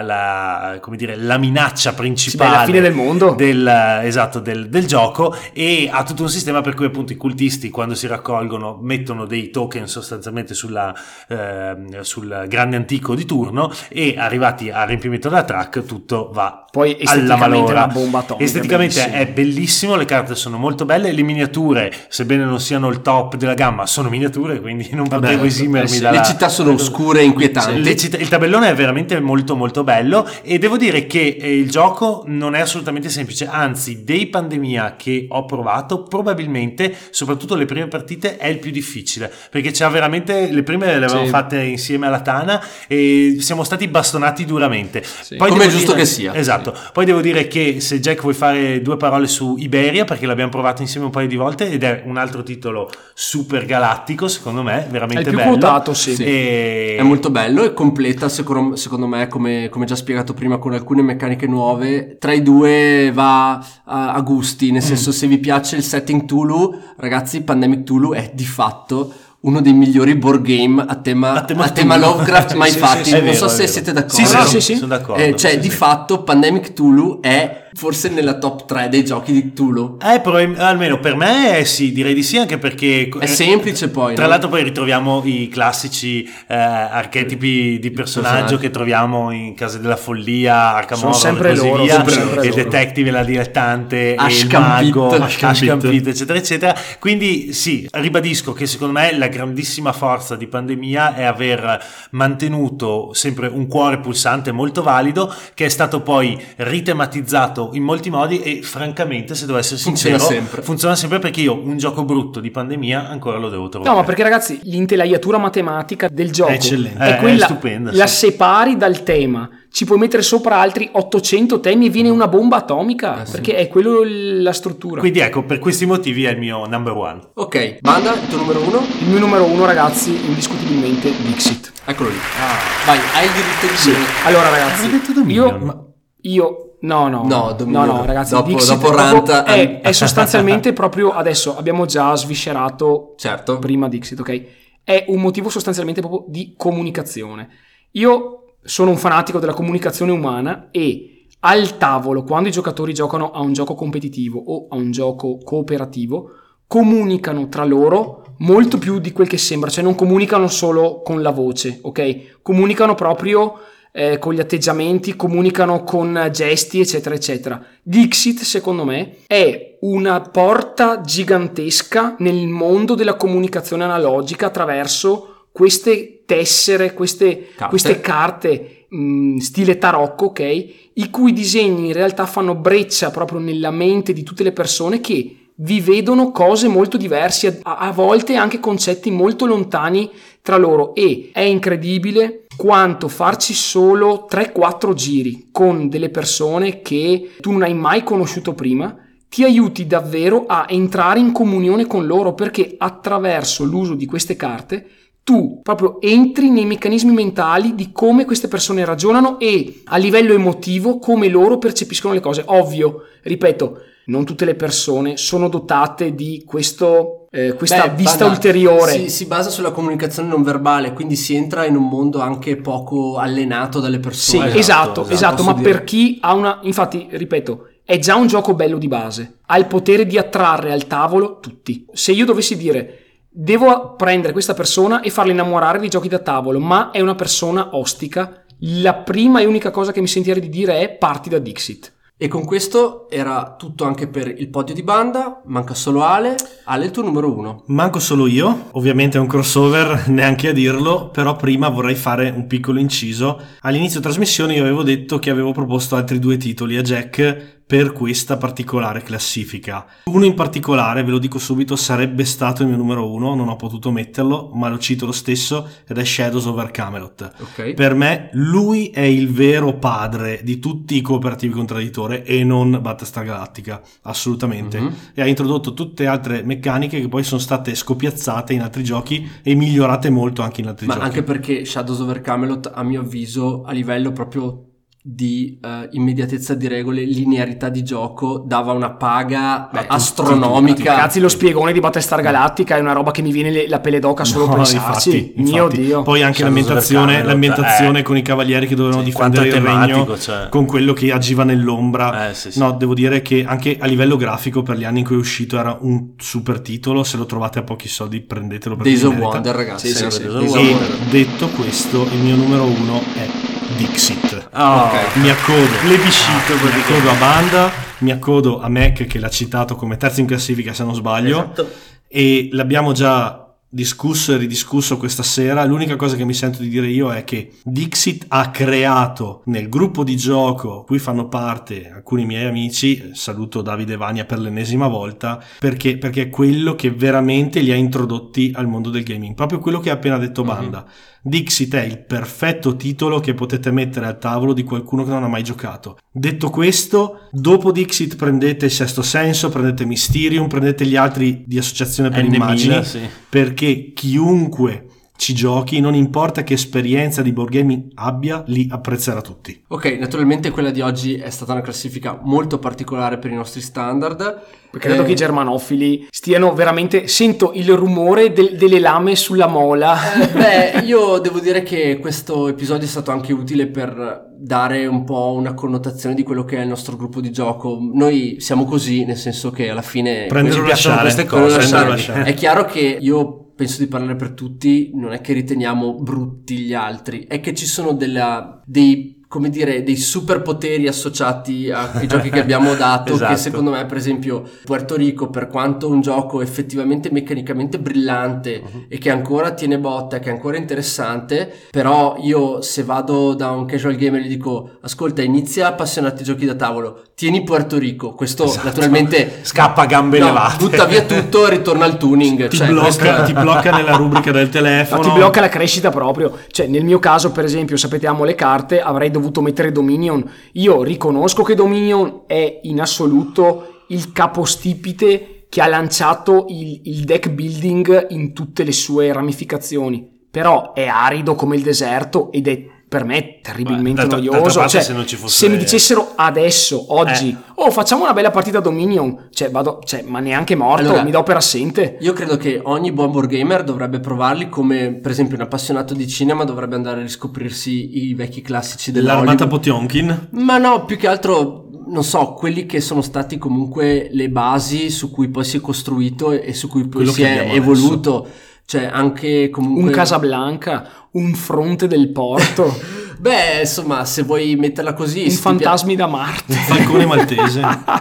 la, come dire, la minaccia principale, Sì, beh, la fine del mondo. del, esatto, del, del gioco, e ha tutto un sistema per cui appunto i cultisti, quando si raccolgono, mettono dei token sostanzialmente sulla, ehm, sul grande antico di turno, e arrivati al riempimento della track tutto va Poi alla esteticamente malora. una bomba atomica, Esteticamente bellissimo. è bellissimo, le carte sono molto belle, le miniature, sebbene non siano il top della gamma, sono miniature, quindi non Vabbè, potevo esimermi eh sì. dalla... Le città sono oscure e inquietanti. Le città- il tabellone è veramente molto molto bello, e devo dire che eh, il gioco non è assolutamente semplice, anzi dei Pandemia che ho provato, probabilmente soprattutto le prime partite è il più difficile, perché c'ha veramente, le prime le avevamo Sì. fatte insieme alla Tana e siamo stati bastonati duramente. Poi Come è devo giusto dire- che sia. Esatto. Poi devo dire che, se Jack vuoi fare due parole su Iberia, perché l'abbiamo provato insieme un paio di volte ed è un altro titolo super galattico, secondo me, veramente È il più bello. quotato, sì. E... È molto bello e completa, secondo, secondo me, come, come già spiegato prima, con alcune meccaniche nuove. Tra i due va a, a gusti, nel senso, se vi piace il setting Cthulhu, ragazzi, Pandemic Cthulhu è di fatto uno dei migliori board game a tema, A tema a tema Cthulhu. Lovecraft mai Sì, sì, fatti. sì, è non vero, so è se vero. siete d'accordo. Sì, sì, No, sì, sì, sì. sono d'accordo. Eh, cioè, Sì, di sì. fatto, Pandemic Cthulhu è forse nella top tre dei giochi di Cthulhu. Eh, però, almeno per me sì, direi di sì, anche perché è semplice poi. Tra no? l'altro poi ritroviamo i classici eh, archetipi di personaggio che troviamo in Case della Follia, Arkham Horror e così loro, via, sempre il loro. detective, la dilettante, Ashcan il mago, Pitt. Ashcan Pitt, eccetera eccetera. Quindi sì, ribadisco che secondo me la grandissima forza di Pandemia è aver mantenuto sempre un cuore pulsante molto valido, che è stato poi ritematizzato in molti modi e francamente, se devo essere sincero, funziona sempre. funziona sempre perché io un gioco brutto di Pandemia ancora lo devo trovare. No, ma perché ragazzi, l'intelaiatura matematica del gioco È eccellente. è Eh, quella, è stupenda, la sì. separi dal tema, ci puoi mettere sopra altri ottocento temi e viene una bomba atomica, Eh, sì. perché è quello l- la struttura. Quindi ecco, per questi motivi è il mio number one. Ok, Banda, il tuo numero uno? Il mio numero uno, ragazzi, indiscutibilmente Dixit. Eccolo lì. Vai, hai il diritto di dire. Allora ragazzi, Avevo detto Dominion. io, io no no No, no Dominion no no. ragazzi, Dopo- Dixit dopo è proprio- Ranta- è, è sostanzialmente proprio adesso abbiamo già sviscerato Certo. prima Dixit, ok? È un motivo sostanzialmente proprio di comunicazione. Io sono un fanatico della comunicazione umana e al tavolo, quando i giocatori giocano a un gioco competitivo o a un gioco cooperativo, comunicano tra loro molto più di quel che sembra, cioè non comunicano solo con la voce, ok? Comunicano proprio eh, con gli atteggiamenti, comunicano con gesti, eccetera, eccetera. Dixit, secondo me, è una porta gigantesca nel mondo della comunicazione analogica attraverso queste tessere, queste Carte. queste carte mh, stile tarocco, ok? I cui disegni in realtà fanno breccia proprio nella mente di tutte le persone che vi vedono cose molto diverse, a, a volte anche concetti molto lontani tra loro, e è incredibile quanto farci solo tre quattro giri con delle persone che tu non hai mai conosciuto prima ti aiuti davvero a entrare in comunione con loro, perché attraverso l'uso di queste carte tu proprio entri nei meccanismi mentali di come queste persone ragionano e a livello emotivo come loro percepiscono le cose. Ovvio, ripeto, non tutte le persone sono dotate di questo, eh, questa Beh, vista Banda, ulteriore. Si, si basa sulla comunicazione non verbale, quindi si entra in un mondo anche poco allenato dalle Sì, persone. esatto, esatto, esatto, posso ma dire. per chi ha una... Infatti, ripeto, è già un gioco bello di base, ha il potere di attrarre al tavolo tutti. Se io dovessi dire devo prendere questa persona e farla innamorare dei giochi da tavolo, ma è una persona ostica, la prima e unica cosa che mi sentirei di dire è parti da Dixit. E con questo era tutto anche per il podio di Banda. Manca solo Ale. Ale, il tuo numero uno. Manco solo io, ovviamente è un crossover, neanche a dirlo, però prima vorrei fare un piccolo inciso. All'inizio trasmissione io avevo detto che avevo proposto altri due titoli a Jack per questa particolare classifica. Uno in particolare, ve lo dico subito, sarebbe stato il mio numero uno, non ho potuto metterlo, ma lo cito lo stesso, ed è Shadows over Camelot. Ok. Per me lui è il vero padre di tutti i cooperativi contradditore e non Battlestar Galactica, assolutamente. Mhm. E ha introdotto tutte altre meccaniche che poi sono state scopiazzate in altri giochi e migliorate molto anche in altri Ma giochi. anche perché Shadows over Camelot, a mio avviso, a livello proprio di eh, immediatezza di regole, linearità di gioco, dava una paga Beh, astronomica. Ragazzi, lo spiegone di Battlestar Galactica è una roba che mi viene le- la pelle d'oca solo No, pensarci. infatti, Mio infatti. Dio. Poi anche Shadows over l'ambientazione, Camelot, l'ambientazione eh. con i cavalieri che dovevano Sì, difendere il quanto è regno tematico, cioè. con quello che agiva nell'ombra. Eh, sì, sì. No, devo dire che anche a livello grafico per gli anni in cui è uscito era un super titolo. Se lo trovate a pochi soldi prendetelo perché Days of merita. Wonder, ragazzi. Sì, sì, sempre sì. Days Days of of E Wonder. detto questo, il mio numero uno è Dixit. Oh, Ok. Mi accodo, Plebiscito, mi accodo a Banda, mi accodo a Mac che l'ha citato come terzo in classifica se non sbaglio, Esatto. e l'abbiamo già discusso e ridiscusso questa sera. L'unica cosa che mi sento di dire io è che Dixit ha creato nel gruppo di gioco cui fanno parte alcuni miei amici, saluto Davide e Vania per l'ennesima volta, perché, perché è quello che veramente li ha introdotti al mondo del gaming, proprio quello che ha appena detto Banda. Mhm. Dixit è il perfetto titolo che potete mettere al tavolo di qualcuno che non ha mai giocato. Detto questo, dopo Dixit prendete Sesto Senso, prendete Mysterium, prendete gli altri di Associazione per N mille, Immagini, sì. perché chiunque ci giochi, non importa che esperienza di board gaming abbia, li apprezzerà tutti. Ok, naturalmente quella di oggi è stata una classifica molto particolare per i nostri standard. Credo eh... che i germanofili stiano veramente, sento il rumore del, delle lame sulla mola. Eh, beh, io devo dire che questo episodio è stato anche utile per dare un po' una connotazione di quello che è il nostro gruppo di gioco. Noi siamo così, nel senso che alla fine prendere o lasciare queste cose. cose. Lasciare. È chiaro che io penso di parlare per tutti, non è che riteniamo brutti gli altri, è che ci sono della, dei, come dire, dei superpoteri associati ai giochi che abbiamo dato, esatto. Che secondo me, per esempio, Puerto Rico, per quanto un gioco effettivamente meccanicamente brillante uh-huh. e che ancora tiene botta, che è ancora interessante, però io se vado da un casual gamer e gli dico ascolta, inizia a appassionarti ai giochi da tavolo, tieni Puerto Rico, questo esatto. naturalmente scappa a gambe no, levate, butta via tutto e ritorna al tuning, ti, cioè, blocca, questo... ti blocca nella rubrica del telefono, no, ti blocca la crescita proprio. Cioè nel mio caso, per esempio, sapete, amo le carte, avrei dovuto mettere Dominion. Io riconosco che Dominion è in assoluto il capostipite che ha lanciato il, il deck building in tutte le sue ramificazioni, però è arido come il deserto ed è per me terribilmente Beh, d'altra, noioso. d'altra cioè, se, non ci fosse... se mi dicessero adesso, oggi, eh. oh facciamo una bella partita Dominion, cioè vado, cioè, ma neanche morto, allora, mi do per assente. Io credo che ogni buon board gamer dovrebbe provarli, come per esempio un appassionato di cinema dovrebbe andare a riscoprirsi i vecchi classici dell'Armata Potionkin. Ma no, più che altro, non so, quelli che sono stati comunque le basi su cui poi si è costruito e su cui poi Quello si è evoluto. Adesso. Cioè anche comunque... Un Casablanca, un Fronte del Porto... Beh, insomma, se vuoi metterla così... Un Fantasmi pi- da Marte. Un Falcone maltese.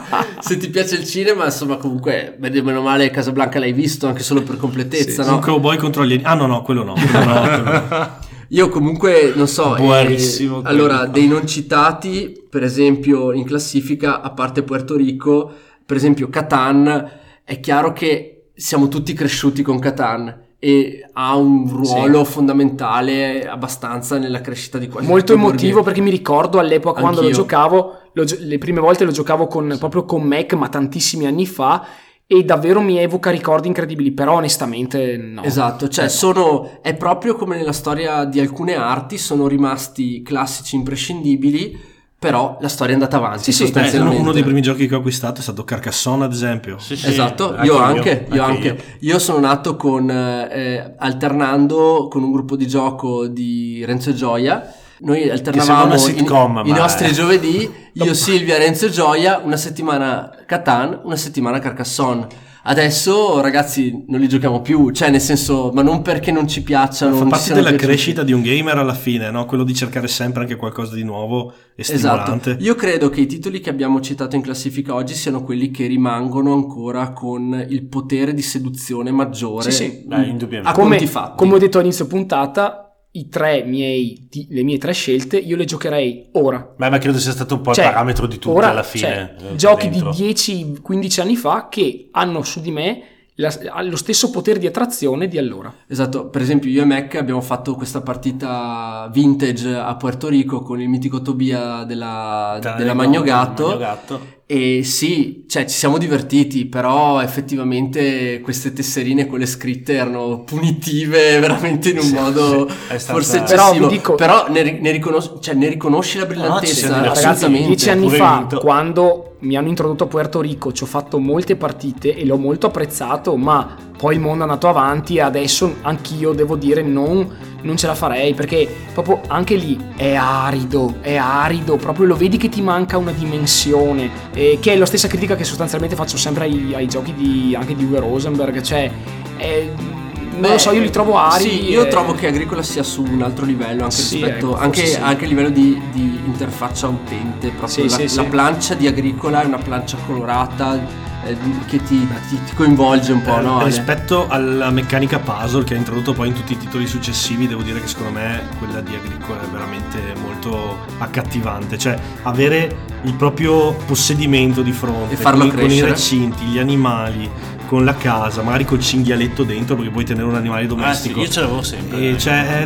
Se ti piace il cinema, insomma, comunque, meno male Casablanca l'hai visto, anche solo per completezza, sì, no? Un Cowboy contro gli... Ah, no, no, quello no. Quello no, quello no. Io comunque, non so... Buonissimo. Eh, allora, dei non citati, per esempio, in classifica, a parte Puerto Rico, per esempio Catan, è chiaro che siamo tutti cresciuti con Catan e ha un ruolo sì. fondamentale abbastanza nella crescita di qualche molto emotivo, perché mi ricordo all'epoca quando Anch'io. lo giocavo lo, le prime volte lo giocavo con, sì. proprio con Mac, ma tantissimi anni fa, e davvero mi evoca ricordi incredibili, però onestamente no. Esatto, cioè sono è proprio come nella storia di alcune arti, sono rimasti classici imprescindibili, però la storia è andata avanti, sì, sostanzialmente. Eh, uno dei primi giochi che ho acquistato è stato Carcassonne, ad esempio. Sì, sì, esatto, anche io anche, io, anche anche. Io. io sono nato con eh, alternando con un gruppo di gioco di Renzo e Gioia. Noi alternavamo una sitcom, i, i nostri giovedì, io, Silvia, Renzo e Gioia, una settimana Catan, una settimana Carcassonne. Adesso ragazzi non li giochiamo più, cioè nel senso, ma non perché non ci piacciono. Fa non parte ci della piaciuti. crescita di un gamer alla fine, no? Quello di cercare sempre anche qualcosa di nuovo e stimolante. Esatto. Io credo che i titoli che abbiamo citato in classifica oggi siano quelli che rimangono ancora con il potere di seduzione maggiore. Sì, sì. Beh, indubbiamente. A come, conti fatti. come ho detto all'inizio puntata, i tre miei le mie tre scelte io le giocherei ora. Beh, ma credo sia stato un po' cioè, il parametro di tutto ora, alla fine. Cioè, giochi dentro. Di dieci quindici anni fa che hanno su di me la, lo stesso potere di attrazione di allora. Esatto, per esempio io e Mac abbiamo fatto questa partita vintage a Puerto Rico con il mitico Tobia della, della Magno Gatto. Gatto. E sì, cioè ci siamo divertiti, però effettivamente queste tesserine, quelle scritte, erano punitive veramente in un sì, modo sì, stata... forse eccessivo. Però, dico... però ne, ne, riconos- cioè, ne riconosci la brillantezza? No, ragazzi, dieci anni fa, vinto. Quando mi hanno introdotto a Puerto Rico, ci ho fatto molte partite e l'ho molto apprezzato, ma poi il mondo è andato avanti e adesso anch'io devo dire non, non ce la farei, perché proprio anche lì è arido, è arido, proprio lo vedi che ti manca una dimensione, eh, che è la stessa critica che sostanzialmente faccio sempre ai, ai giochi di, anche di Uwe Rosenberg, cioè è, non Beh, lo so, io li trovo aridi. Sì, io e... trovo che Agricola sia su un altro livello anche sì, rispetto ecco, anche, sì. anche a livello di, di interfaccia utente, proprio sì, la, sì, la sì. plancia di Agricola è una plancia colorata che ti, ti, ti coinvolge un po', eh, no? Rispetto alla meccanica puzzle che ha introdotto poi in tutti i titoli successivi, devo dire che secondo me quella di Agricola è veramente molto accattivante, cioè avere il proprio possedimento di fronte e farlo con, con i recinti, gli animali, con la casa, magari col cinghialetto dentro, perché puoi tenere un animale domestico. Ah, sì, io ce l'avevo sempre. E cioè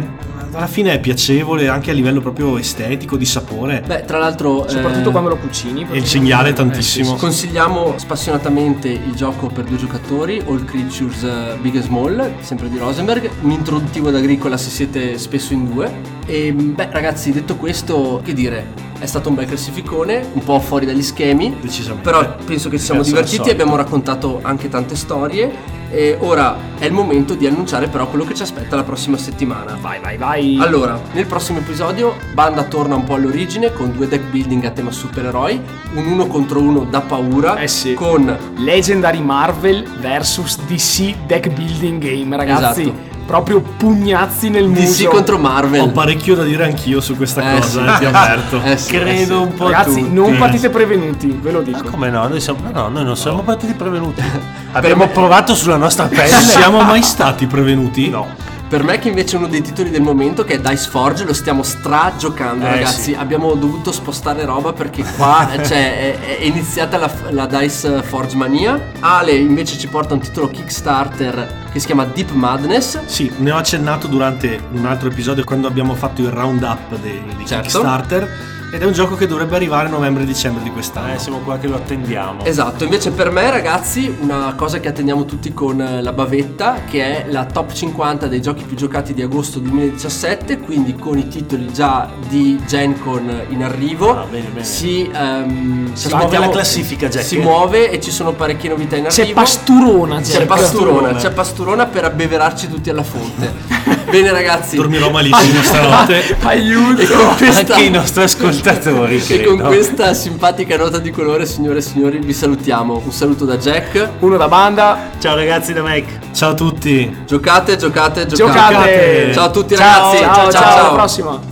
alla fine è piacevole anche a livello proprio estetico, di sapore. Beh, tra l'altro soprattutto eh, quando lo cucini. E il segnale tantissimo. Eh, sì, sì. Consigliamo spassionatamente il gioco per due giocatori, All Creatures uh, Big and Small, sempre di Rosenberg, un introduttivo ad Agricola se siete spesso in due. E beh ragazzi, detto questo, che dire, è stato un bel classificone, un po' fuori dagli schemi, Decisamente. però penso che ci siamo Diverso divertiti, al solito. abbiamo raccontato anche tante storie e ora è il momento di annunciare però quello che ci aspetta la prossima settimana. Vai, vai, vai. Allora, nel prossimo episodio Banda torna un po' all'origine con due deck building a tema supereroi, un uno contro uno da paura, Eh sì. con Legendary Marvel versus D C Deck Building Game, ragazzi. Esatto. Proprio pugnazzi nel D muso. C contro Marvel. Ho parecchio da dire anch'io su questa Eh cosa, sì. eh, ti avverto. Eh sì, Credo eh sì. un po' Ragazzi, tutti. non partite prevenuti, ve lo Ma dico. come no? Noi, siamo, no, no, noi non siamo partiti prevenuti. Abbiamo provato sulla nostra pelle. Siamo mai stati prevenuti? No. Per me che invece è uno dei titoli del momento, che è Dice Forge, lo stiamo stragiocando, Eh, ragazzi. sì. Abbiamo dovuto spostare roba perché qua cioè, è, è iniziata la, la Dice Forge mania. Ale invece ci porta un titolo Kickstarter che si chiama Deep Madness. Sì, ne ho accennato durante un altro episodio quando abbiamo fatto il roundup dei, dei Certo. Kickstarter. Ed è un gioco che dovrebbe arrivare a novembre-dicembre di quest'anno. Eh, siamo qua che lo attendiamo. Esatto, invece per me ragazzi una cosa che attendiamo tutti con eh, la bavetta, che è la top cinquanta dei giochi più giocati di agosto duemiladiciassette, quindi con i titoli già di Gen Con in arrivo. Ah, bene, bene. Si, ehm, Si muove la classifica, Jack. Si muove e ci sono parecchie novità in C'è arrivo. pasturona, C'è Jack. pasturona, c'è pasturona per abbeverarci tutti alla fonte. Bene ragazzi, Dormirò malissimo stanotte. Aiuto. e con questa, Anche i nostri ascoltatori. e credo. con questa simpatica nota di colore, signore e signori, vi salutiamo. Un saluto da Jack. Uno da banda. Ciao ragazzi da Mike. Ciao a tutti. Giocate, giocate, giocate. Giocate. Ciao a tutti Ciao, ragazzi. ciao, ciao, alla prossima.